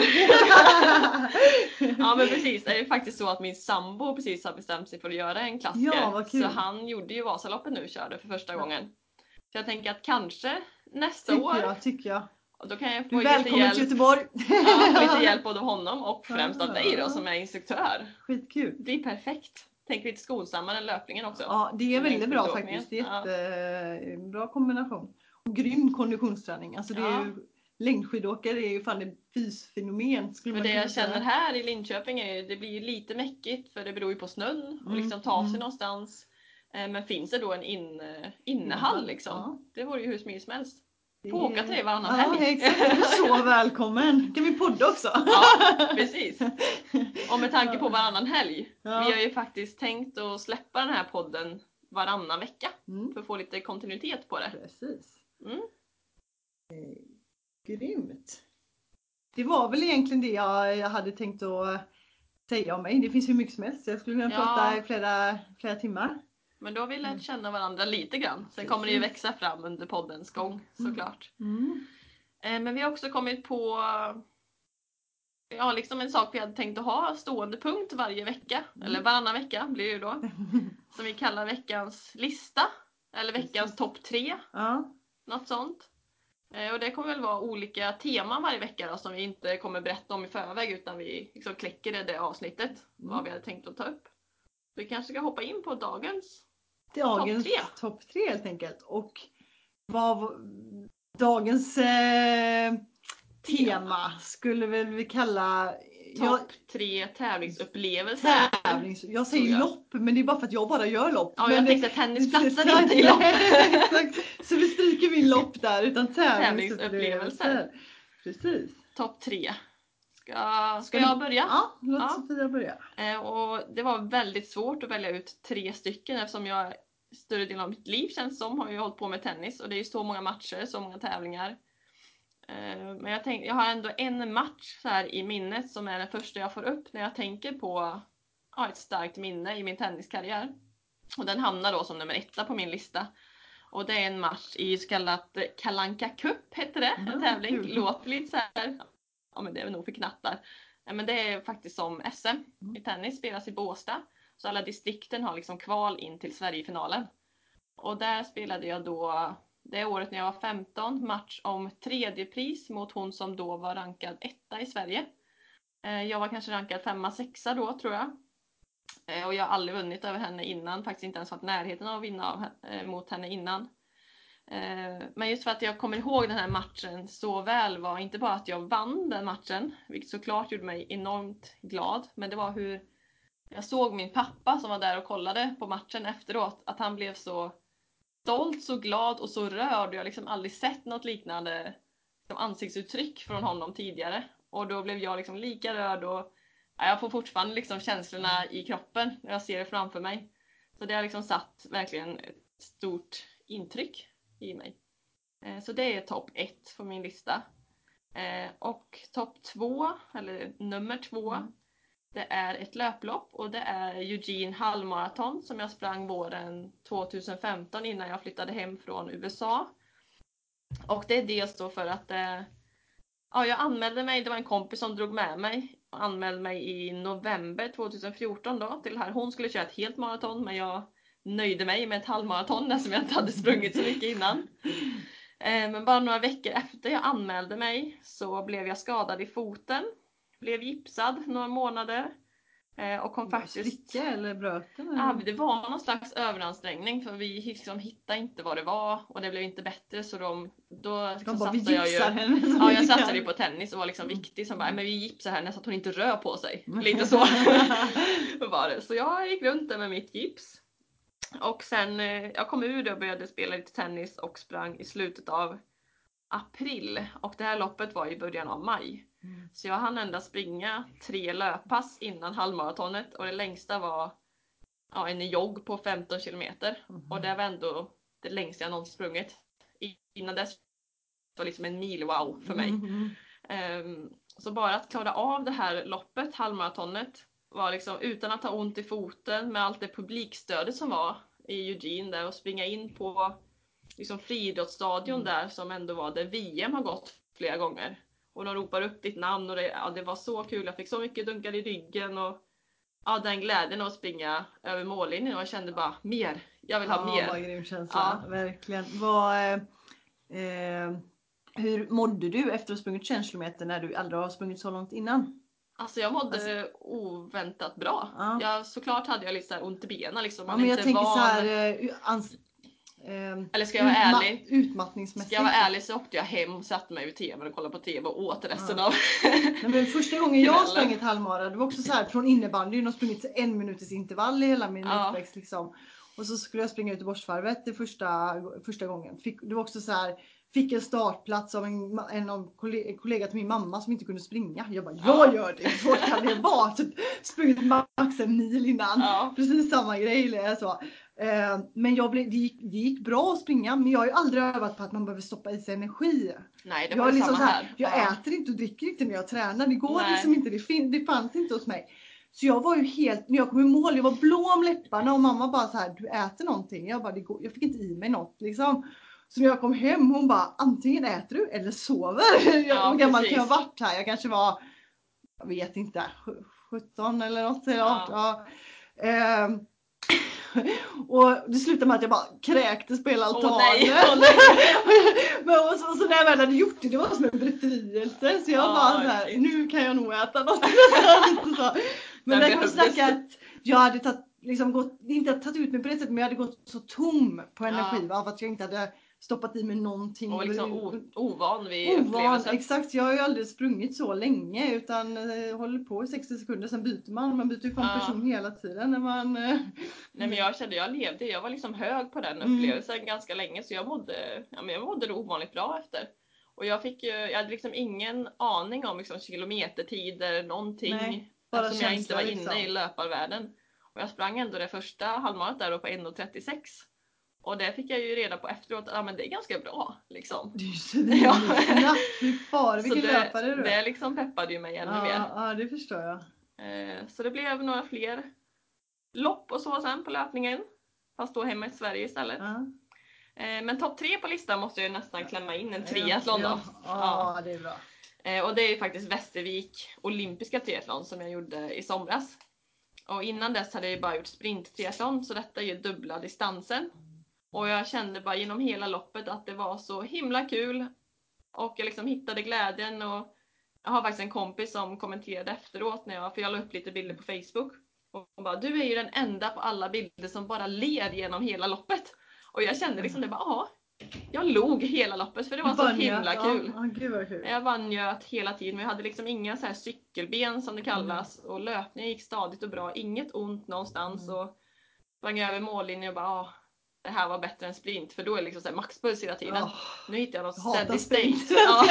Ja, men precis. Det är ju faktiskt så att min sambo precis har bestämt sig för att göra en klassiker. Ja, vad kul. Så han gjorde ju Vasaloppet nu, körde för första gången. Så jag tänker att kanske nästa år. Tycker jag. Och då kan jag få du är välkommen till Göteborg. Lite hjälp både av honom och främst av dig då som är instruktör. Skitkul. Det är perfekt. tänker lite skonsammare än löpningen också. Ja, det är väldigt bra Längdskidåkningen. faktiskt. Det är jättebra kombination. Och grym konditionsträning. Alltså det är ju, längdskidåkare är ju fan ett fysfenomen skulle För man det kunna jag säga. känner här i Linköping är ju, det blir ju lite mäckigt för det beror ju på snön och liksom ta sig någonstans. Men finns det då en innehall liksom? Ja. Det vore ju hur smidigt som helst. Det Få åka till det varannan Ja, helg. exakt. Du är så välkommen. Kan vi podda också? Ja, precis. Och med tanke på varannan helg. Ja. Vi har ju faktiskt tänkt att släppa den här podden varannan vecka. Mm. För att få lite kontinuitet på det. Precis. Mm. Grymt. Det var väl egentligen det jag hade tänkt att säga om mig. Det finns hur mycket som helst. Jag skulle kunna prata i flera timmar. Men då har vi lärt känna varandra lite grann. Sen kommer det ju växa fram under poddens gång såklart. Mm. Men vi har också kommit på liksom en sak vi hade tänkt att ha stående punkt varje vecka. Eller varannan vecka blir det ju då. Som vi kallar veckans lista. Eller veckans topp 3. Ja. Något sånt. Och det kommer väl vara olika teman varje vecka då, som vi inte kommer berätta om i förväg. Utan vi liksom kläcker det avsnittet. Vad vi hade tänkt att ta upp. Vi kanske ska hoppa in på dagens topp 3 helt enkelt. Och dagens tema skulle väl vi kalla topp 3 tävlingsupplevelser. Jag säger lopp, men det är bara för att jag bara gör lopp. Ja, men jag tänkte tennisplatser inte i lopp. Så vi stryker min lopp där, utan tävlingsupplevelser. Precis. Topp 3. Ska jag börja? Ja, låt Sofia börja. Och det var väldigt svårt att välja ut 3 stycken eftersom jag större delen av mitt liv känns som har ju hållit på med tennis och det är ju så många matcher, så många tävlingar. Men jag har ändå en match så här i minnet som är den första jag får upp när jag tänker på ett starkt minne i min tenniskarriär. Och den hamnar då som nummer 1 på min lista. Och det är en match i så kallat Kalle Anka Cup heter det, en tävling. Låter lite så här. Ja, men det är nog för knattar. Men det är faktiskt som SM i tennis, spelas i Båstad. Så alla distrikten har liksom kval in till Sverigefinalen. Och där spelade jag då, det året när jag var 15, match om 3:e pris mot hon som då var rankad 1 i Sverige. Jag var kanske rankad 5-6 då tror jag. Och jag har aldrig vunnit över henne innan, faktiskt inte ens varit närheten av att vinna mot henne innan. Men just för att jag kommer ihåg den här matchen så väl var inte bara att jag vann den matchen, vilket såklart gjorde mig enormt glad, men det var hur jag såg min pappa som var där och kollade på matchen efteråt, att han blev så stolt, så glad och så rörd. Jag har liksom aldrig sett något liknande ansiktsuttryck från honom tidigare. Och då blev jag liksom lika rörd och jag får fortfarande liksom känslorna i kroppen när jag ser det framför mig. Så det har liksom satt verkligen ett stort intryck i mig. Så det är topp 1 på min lista. Och topp 2, eller nummer 2, det är ett löplopp och det är Eugene halvmaraton som jag sprang våren 2015 innan jag flyttade hem från USA. Och det är dels då för att jag anmälde mig, det var en kompis som drog med mig och anmälde mig i november 2014 då till det här. Hon skulle köra ett helt maraton men jag nöjde mig med ett halvmaraton eftersom jag inte hade sprungit så mycket innan. Men bara några veckor efter jag anmälde mig så blev jag skadad i foten. Blev gipsad några månader. Och kom faktiskt... Spricka eller bröt den? Ja, det var någon slags överansträngning för vi liksom hittade inte vad det var och det blev inte bättre så då liksom satsade jag ju... Henne ja, jag satsade ju på tennis och var liksom viktig som bara, men vi gipsar henne så att hon inte rör på sig. Lite så var det. Så jag gick runt där med mitt gips. Och sen jag kom ur det och började spela lite tennis och sprang i slutet av april. Och det här loppet var i början av maj. Så jag hann endast springa 3 löppass innan halvmaratonet. Och det längsta var en jogg på 15 kilometer. Och det var ändå det längsta jag någonsin sprungit. Innan dess var liksom en mil wow för mig. Så bara att klara av det här loppet, halvmaratonet, var liksom utan att ha ont i foten med allt det publikstödet som var i Eugene där och springa in på liksom friidrottsstadion där som ändå var där VM har gått flera gånger. Och de ropar upp ditt namn och det var så kul. Jag fick så mycket dunkar i ryggen och den glädjen att springa över mållinjen och jag kände bara mer. Jag vill ha mer. Ja, vad grym känsla. Ja. Verkligen. Hur mådde du efter att ha sprungit 21 kilometer när du aldrig har sprungit så långt innan? Alltså jag mådde oväntat bra. Ja. Såklart hade jag lite så här ont i benen liksom. Ja, men jag tänker så här eller ska jag vara ärlig? Utmattningsmässigt. Ska jag vara ärlig så åkte jag hem, satte mig vid tvn och kollade på tv och åt resten av. Nej, men första gången jag sprang ett halvmara, det var också så här från innebandyn och sprungit 1 minuters intervall i hela min uppväxt liksom. Och så skulle jag springa ut i Borsvarvet det första gången. Det var också så här, fick en startplats av en kollega till min mamma som inte kunde springa. Jag bara, jag gör det, hur svårt kan det vara? Typ, sprungit max en mil innan. Precis samma grej. Så. Men det gick bra att springa, men jag har ju aldrig övat på att man behöver stoppa i sig energi. Nej, det var liksom samma här. Jag äter inte och dricker inte när jag tränar. Det går liksom inte, det fanns inte hos mig. Så jag var ju helt, när jag kom i mål, jag var blå om läpparna och mamma bara så här, du äter någonting. Jag bara, jag fick inte i mig något liksom. Så när jag kom hem, hon bara, antingen äter du eller sover. Hur gammal kan jag ha varit här? Jag kanske var, jag vet inte, 17 eller något. Och det slutade med att jag bara kräktes på hela altanen. Men och så när jag väl hade gjort det var som en befrielse. Så jag bara så här, nu kan jag nog äta något. Men där kan man snacka att jag hade inte tagit ut mig på det sättet, men jag hade gått så tom på energi. För att jag inte hade stoppat i mig någonting. Och liksom ovan vid upplevelsen. Exakt, jag har ju aldrig sprungit så länge utan håller på i 60 sekunder, sen byter man. Man byter ju från person hela tiden när man... Nej, men jag kände, jag var liksom hög på den upplevelsen ganska länge, så jag mådde ovanligt bra efter. Och jag hade liksom ingen aning om liksom kilometertider, någonting. Nej, eftersom jag inte var inne i löparvärlden. Och jag sprang ändå det första halvmarat där på 1:36. Och det fick jag ju reda på efteråt, men det är ganska bra liksom. Det är ju så far, vilken löpare du är. Det liksom peppade ju mig ännu mer. Ja, det förstår jag. Så det blev några fler lopp och så sen på löpningen. Fast då hemma i Sverige istället. Men topp 3 på listan måste jag ju nästan klämma in en triathlon då. Ja, det är bra. Och det är ju faktiskt Västervik olympiska triathlon som jag gjorde i somras. Och innan dess hade jag ju bara gjort sprint-triathlon, så detta är ju dubbla distansen. Och jag kände bara genom hela loppet att det var så himla kul. Och jag liksom hittade glädjen. Och jag har faktiskt en kompis som kommenterade efteråt för jag la upp lite bilder på Facebook. Och hon bara, du är ju den enda på alla bilder som bara ler genom hela loppet. Och jag kände liksom det bara, jag log hela loppet för det var så himla kul. Gud vad kul. Jag bara njöt hela tiden, men jag hade liksom inga så här cykelben som det kallas. Och löpningen gick stadigt och bra, inget ont någonstans. Och sprang över mållinjen och bara, det här var bättre än sprint, för då är det liksom så här maxpuls hela tiden. Nu hittar jag något steady state.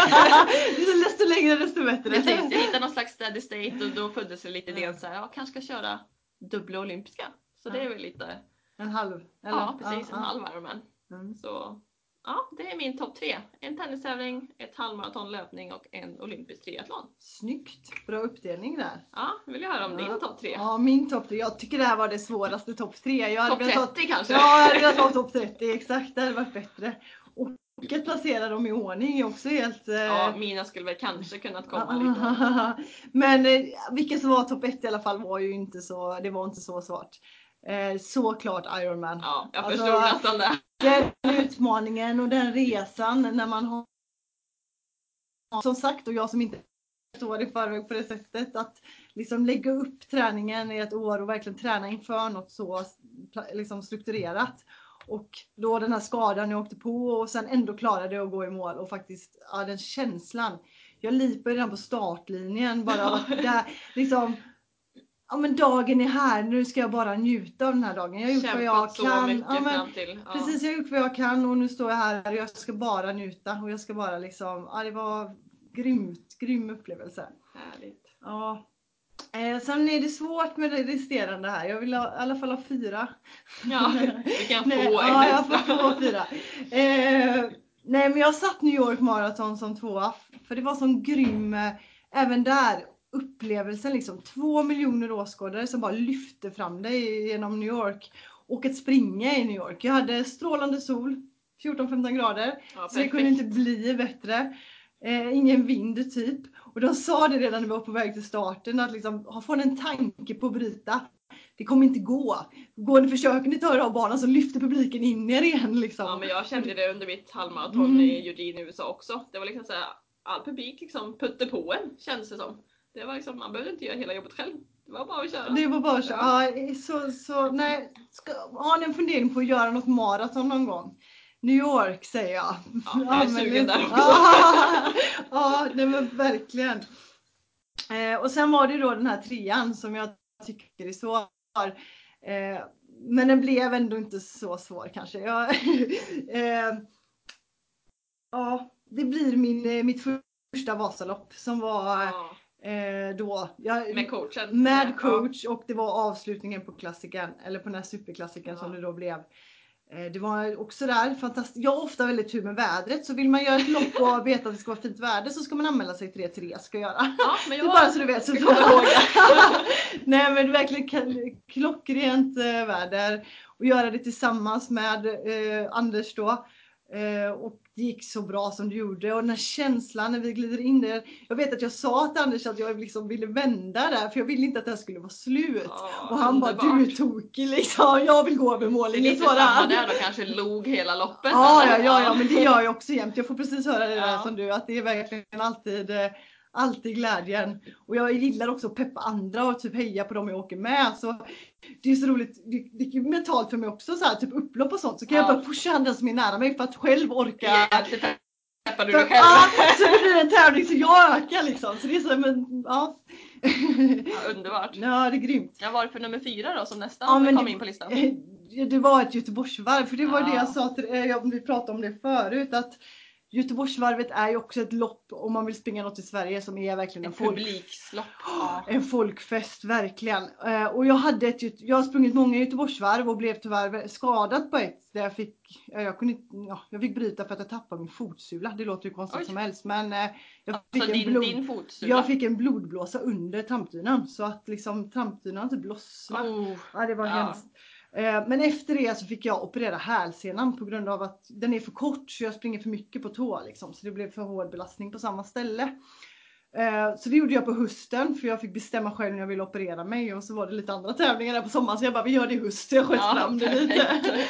Desto längre desto bättre. Precis, jag hittade någon slags steady state och då föddes det lite idén så här, kanske ska köra dubbla olympiska. Så det är väl lite... En halv? Eller? Ja, precis, en halv Ironman. Så det är min topp 3. En tennistävling, ett halvmaraton löpning och en olympisk triathlon. Snyggt, bra uppdelning där. Ja, vill jag höra om din topp 3? Ja, min topp 3. Jag tycker det här var det svåraste topp 3. Topp 30 kanske? Ja, jag hade velat ha topp 30, exakt. Det hade varit bättre. Och att placera dem i ordning är också helt... Ja, mina skulle väl kanske kunnat komma lite. Men vilken som var topp 1 i alla fall var ju inte så, det var inte så svårt. Såklart Ironman. Ja, jag förstod nästan det. Den utmaningen och den resan när man har, som sagt, och jag som inte står i förväg på det sättet, att liksom lägga upp träningen i ett år och verkligen träna inför något så liksom strukturerat. Och då den här skadan jag åkte på och sen ändå klarade att gå i mål och faktiskt, den känslan. Jag lipar redan på startlinjen bara av att det liksom... Ja, men dagen är här, nu ska jag bara njuta av den här dagen. Jag har gjort vad jag kan. Fram till. Precis, jag har gjort vad jag kan och nu står jag här och jag ska bara njuta. Och jag ska bara liksom, det var grym upplevelse. Härligt. Ja. Sen är det svårt med det resterande här. Jag vill i alla fall ha 4. Ja, du kan få en extra. Ja, jag får få 4. Nej, men jag satt New York Marathon som 2. För det var sån grym, även där, upplevelsen liksom. 2 miljoner åskådare som bara lyfte fram dig genom New York. Och att springa i New York. Jag hade strålande sol, 14-15 grader. Ja, så det kunde inte bli bättre. Ingen vind typ. Och de sa det redan när vi var på väg till starten. Att liksom, få en tanke på att bryta. Det kommer inte gå. Försöker ni ta er av banan så lyfter publiken in er igen. Liksom. Ja, men jag kände det under mitt halvmaraton i Eugene i USA också. Det var liksom så här, all publik liksom putte på en, kändes det som. Det var liksom, man behövde inte göra hela jobbet själv. Det var bara att köra. Det var bara att köra. Ja, nej, har ni en fundering på att göra något maraton någon gång? New York säger jag. Ja, jag är sugen där också. Ja, nej men verkligen. Och sen var det då den här 3:an som jag tycker är svår. Men den blev ändå inte så svår kanske. Ja, det blir mitt första Vasalopp som var då. Med coachen. Med coach, och det var avslutningen på klassikern, eller på den här superklassikern som det då blev. Det var också där fantastiskt. Jag har ofta väldigt tur med vädret, så vill man göra ett lopp och veta att det ska vara fint väder så ska man anmäla sig till det ska jag göra. Ja, men jag bara så du vet. Så nej, men verkligen klockrent väder, och göra det tillsammans med Anders då. Och det gick så bra som det gjorde, och den här känslan när vi glider in där. Jag vet att jag sa till Anders att jag liksom ville vända där, för jag ville inte att det här skulle vara slut. Och han bara, du är tokig liksom, jag vill gå över mållinjen. Det är lite samma där då, kanske log hela loppet. Ja, men det gör jag också jämt. Jag får precis höra det där som du, att det är verkligen alltid glädjen. Och jag gillar också att peppa andra och typ heja på dem jag åker med. Så det är så roligt, det är mentalt för mig också, så här, typ upplopp och sånt. Så kan jag bara pusha andra som är nära mig för att själv orka. Peppar du dig själv? Så det blir en tävling så jag ökar liksom. Så det är så, men ja. Underbart. Ja, det är grymt. Jag var för nummer 4 då, som nästan kom in på listan. Det var ett Göteborgsvarv, för det var det jag sa till vi pratade om det förut, att Göteborgsvarvet är ju också ett lopp om man vill springa något i Sverige som är verkligen en publikslopp. En folkfest, verkligen. Och jag har sprungit många Göteborgsvarv och blev tyvärr skadad på ett där jag fick bryta för att jag tappade min fotsula. Det låter ju konstigt som helst, men jag fick en blodblåsa under trampdynan, så att liksom trampdynan typ lossnade. Ja, det var hemskt. Men efter det så fick jag operera hälsenan på grund av att den är för kort, så jag springer för mycket på tå liksom, så det blev för hård belastning på samma ställe. Så det gjorde jag på hösten, för jag fick bestämma själv när jag ville operera mig, och så var det lite andra tävlingar där på sommaren, så jag bara, vi gör det i höst, jag sköt fram det lite.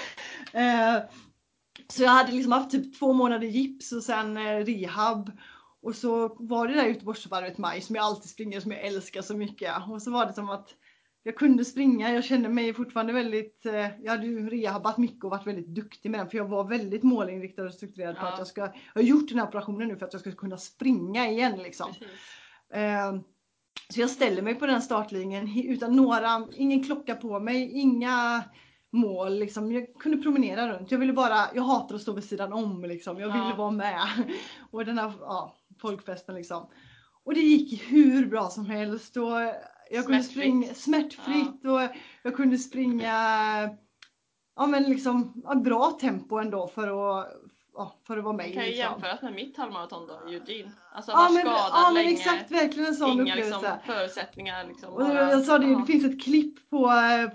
Så jag hade liksom haft typ 2 månader gips och sen rehab. Och så var det där Göteborgsvarvet maj som jag alltid springer, som jag älskar så mycket. Och så var det som att jag kunde springa, jag kände mig fortfarande väldigt, jag hade ju rehabat mycket och varit väldigt duktig med den, för jag var väldigt målinriktad och strukturerad på att jag har gjort den här operationen nu för att jag ska kunna springa igen liksom. Så jag ställer mig på den startlinjen utan ingen klocka på mig, inga mål liksom. Jag kunde promenera runt, jag hatar att stå vid sidan om liksom, jag ville vara med. Och den här folkfesten liksom. Och det gick hur bra som helst, och jag kunde springa smärtfritt och jag kunde springa men liksom bra tempo ändå för att vara med. Det kan ju liksom. jämföras med mitt halvmaraton då, Eugene. Alltså var skadad länge. Exakt, verkligen en sån inga upplevelse. Liksom, förutsättningar liksom. Och jag sa det finns ett klipp på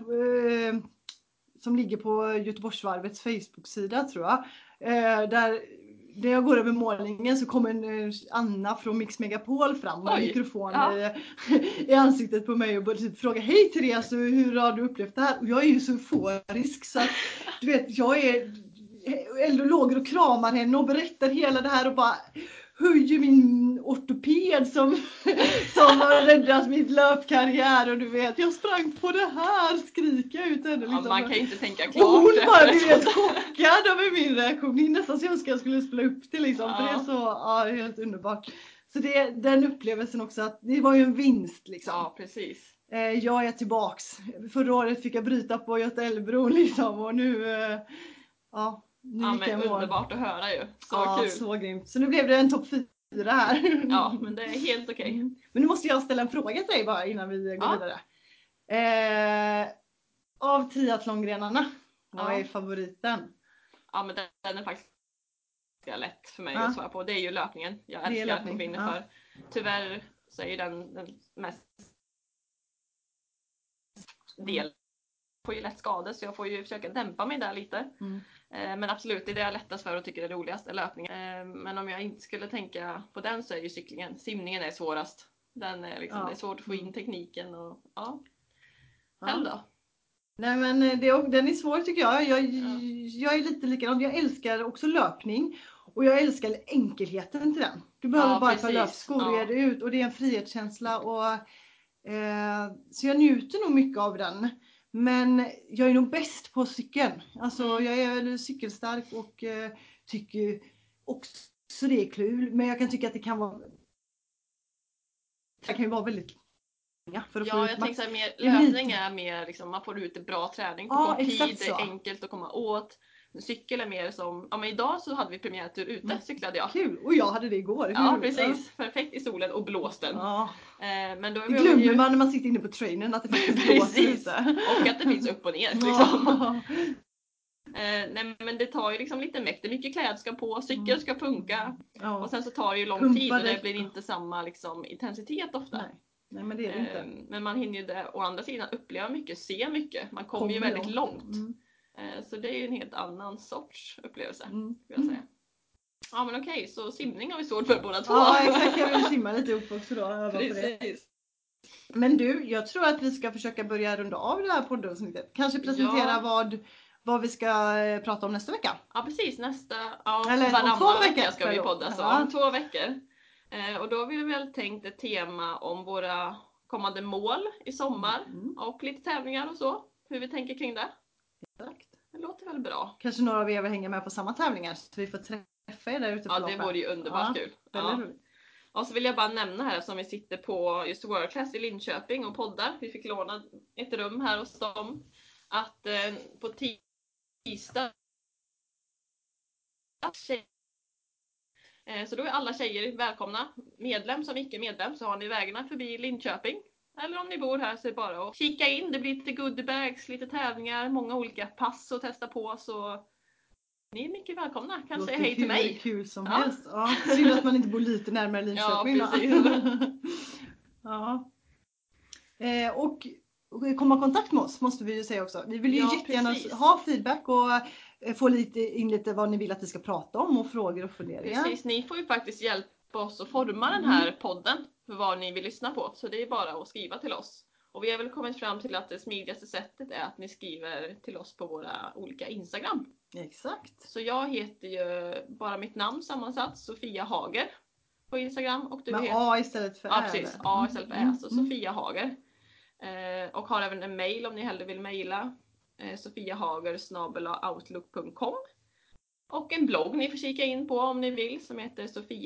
som ligger på Göteborgsvarvets Facebook-sida tror jag. Där jag går över målningen så kommer Anna från Mix Megapol fram med mikrofon i ansiktet på mig och börjar typ fråga: hej Therese, hur har du upplevt det här? Och jag är ju så euforisk så att, du vet, jag äldre låger och kramar henne och berättar hela det här och bara höjer min ortoped som har räddat mitt löpkarriär, och du vet, jag sprang på det här, skrika ut henne liksom. Man kan ju inte tänka klart. Och hon bara blev helt chockad över min reaktion. Det är nästan så jag önskar jag skulle spela upp det liksom, för det är så helt underbart. Så den upplevelsen också, att det var ju en vinst liksom. Ja, precis. Jag är tillbaks. Förra året fick jag bryta på Götaälvbron liksom, och nu gick jag mål. Underbart att höra ju. Så kul. Så grymt. Så nu blev det en topp 4 här. Ja, men det är helt okej. Men nu måste jag ställa en fråga till dig bara innan vi går vidare. Av triathlongrenarna, vad är favoriten? Ja, men den är faktiskt lätt för mig att svara på. Det är ju löpningen. Jag älskar att vinna för. Tyvärr så är ju den mest del. Jag får ju lätt skador, så jag får ju försöka dämpa mig där lite. Men absolut, det är det jag lättast för och tycker är roligast, är löpningen. Men om jag inte skulle tänka på den så är ju cyklingen. Simningen är svårast. Den är liksom, det är svårt att få in tekniken och Själv då? Nej, men den är svår tycker jag. Jag är lite likadan. Jag älskar också löpning. Och jag älskar enkelheten till den. Du behöver bara ett par precis. löpskor och är det ut. Och det är en frihetskänsla. Så jag njuter nog mycket av den. Men jag är nog bäst på cykeln. Alltså jag är väl cykelstark och tycker också det är kul. Men jag kan tycka att det kan vara väldigt för att få ut jag max. tänker så här, löpning är mer liksom, man får ut bra träning på kort tid, det är enkelt att komma åt. Cykel är mer som, men idag så hade vi premiärtur ute, cyklade jag. Kul, och jag hade det igår. Ja, precis. Perfekt i solen och blåsten. Ja. Men då det glömmer man när man sitter inne på trainen att det faktiskt blåser ute. Och att det finns upp och ner liksom. Nej, men det tar ju liksom lite mäkt. Det är mycket klädskap på, cykeln ska funka. Och sen så tar det ju lång tid och det blir inte samma liksom, intensitet ofta. Nej, men det är det inte. Men man hinner ju det, å andra sidan uppleva mycket, se mycket. Man kommer ju väldigt långt. Så det är ju en helt annan sorts upplevelse, skulle jag säga. Ja, men okej, så simning har vi svårt för båda två. Ja, exakt. Jag vill simma lite ihop också då. Precis. Men du, jag tror att vi ska försöka börja runda av det här poddavsnittet. Kanske presentera vad vi ska prata om nästa vecka. Ja, precis. Eller varannan vecka ska vi podda, så om 2 veckor. Och då har vi väl tänkt ett tema om våra kommande mål i sommar. Och lite tävlingar och så. Hur vi tänker kring det. Exakt. Det låter väl bra. Kanske några av er vill hänga med på samma tävlingar så vi får träffa er där ute på loppet. Det vore ju underbart kul. Och så vill jag bara nämna här som vi sitter på just World Class i Linköping och poddar. Vi fick låna ett rum här hos dem. Att på tisdag så då är alla tjejer välkomna. Medlem som icke medlem, så har ni vägarna förbi Linköping. Eller om ni bor här så är det bara att kika in. Det blir lite goodiebags, lite tävlingar, många olika pass att testa på. Så ni är mycket välkomna. Kan säga hej till mig. Det är kul som helst. Ja, synd att man inte bor lite närmare Linköping. Ja, precis. Och komma i kontakt med oss måste vi ju säga också. Vi vill ju jättegärna ha feedback och få lite vad ni vill att vi ska prata om och frågor och funderingar. Precis, ni får ju faktiskt hjälpa oss att forma den här podden för vad ni vill lyssna på. Så det är bara att skriva till oss. Och vi har väl kommit fram till att det smidigaste sättet är att ni skriver till oss på våra olika Instagram. Exakt. Så jag heter ju bara mitt namn sammansatt, Sofia Hager på Instagram. Och du heter A istället för Ä. Ja, precis. A istället för Ä. Så Sofia Hager. Och har även en mail om ni hellre vill mejla. sofiahager@outlook.com. Och en blogg ni får kika in på om ni vill som heter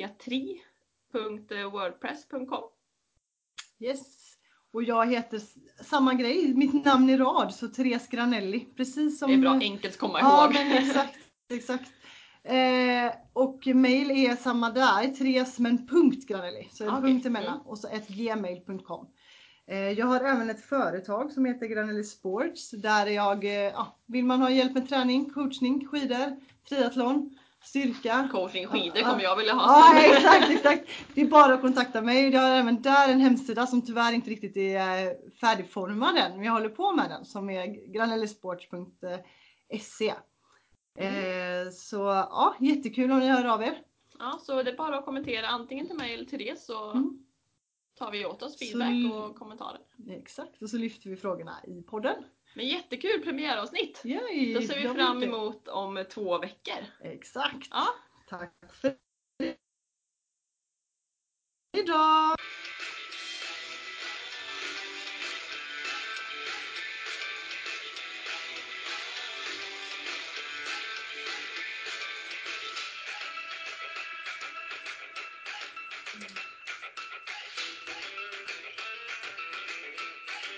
sofiatri.wordpress.com. Yes. Och jag heter samma grej, mitt namn i rad, så Therese Granelli. Precis som... Det är bra, enkelt att komma ihåg. Ja, men exakt. Och mail är samma där, Therese men .granelli. Så en punkt emellan. Och så @gmail.com. Jag har även ett företag som heter Granelli Sports. Där jag, vill man ha hjälp med träning, coachning, skidor, triathlon, styrka. Coaching, skidor kommer jag vilja ha. Ja, exakt. Det är bara att kontakta mig. Jag har även där en hemsida som tyvärr inte riktigt är färdigformad än. Men jag håller på med den som är granellisports.se. Så ja, jättekul om ni hör av er. Ja, så det är bara att kommentera antingen till mig eller till det så tar vi åt oss feedback och kommentarer. Exakt, och så lyfter vi frågorna i podden. Men jättekul premiäravsnitt. Yay, då ser vi fram emot om 2 veckor. Exakt. Ja. Tack för det. Hejdå!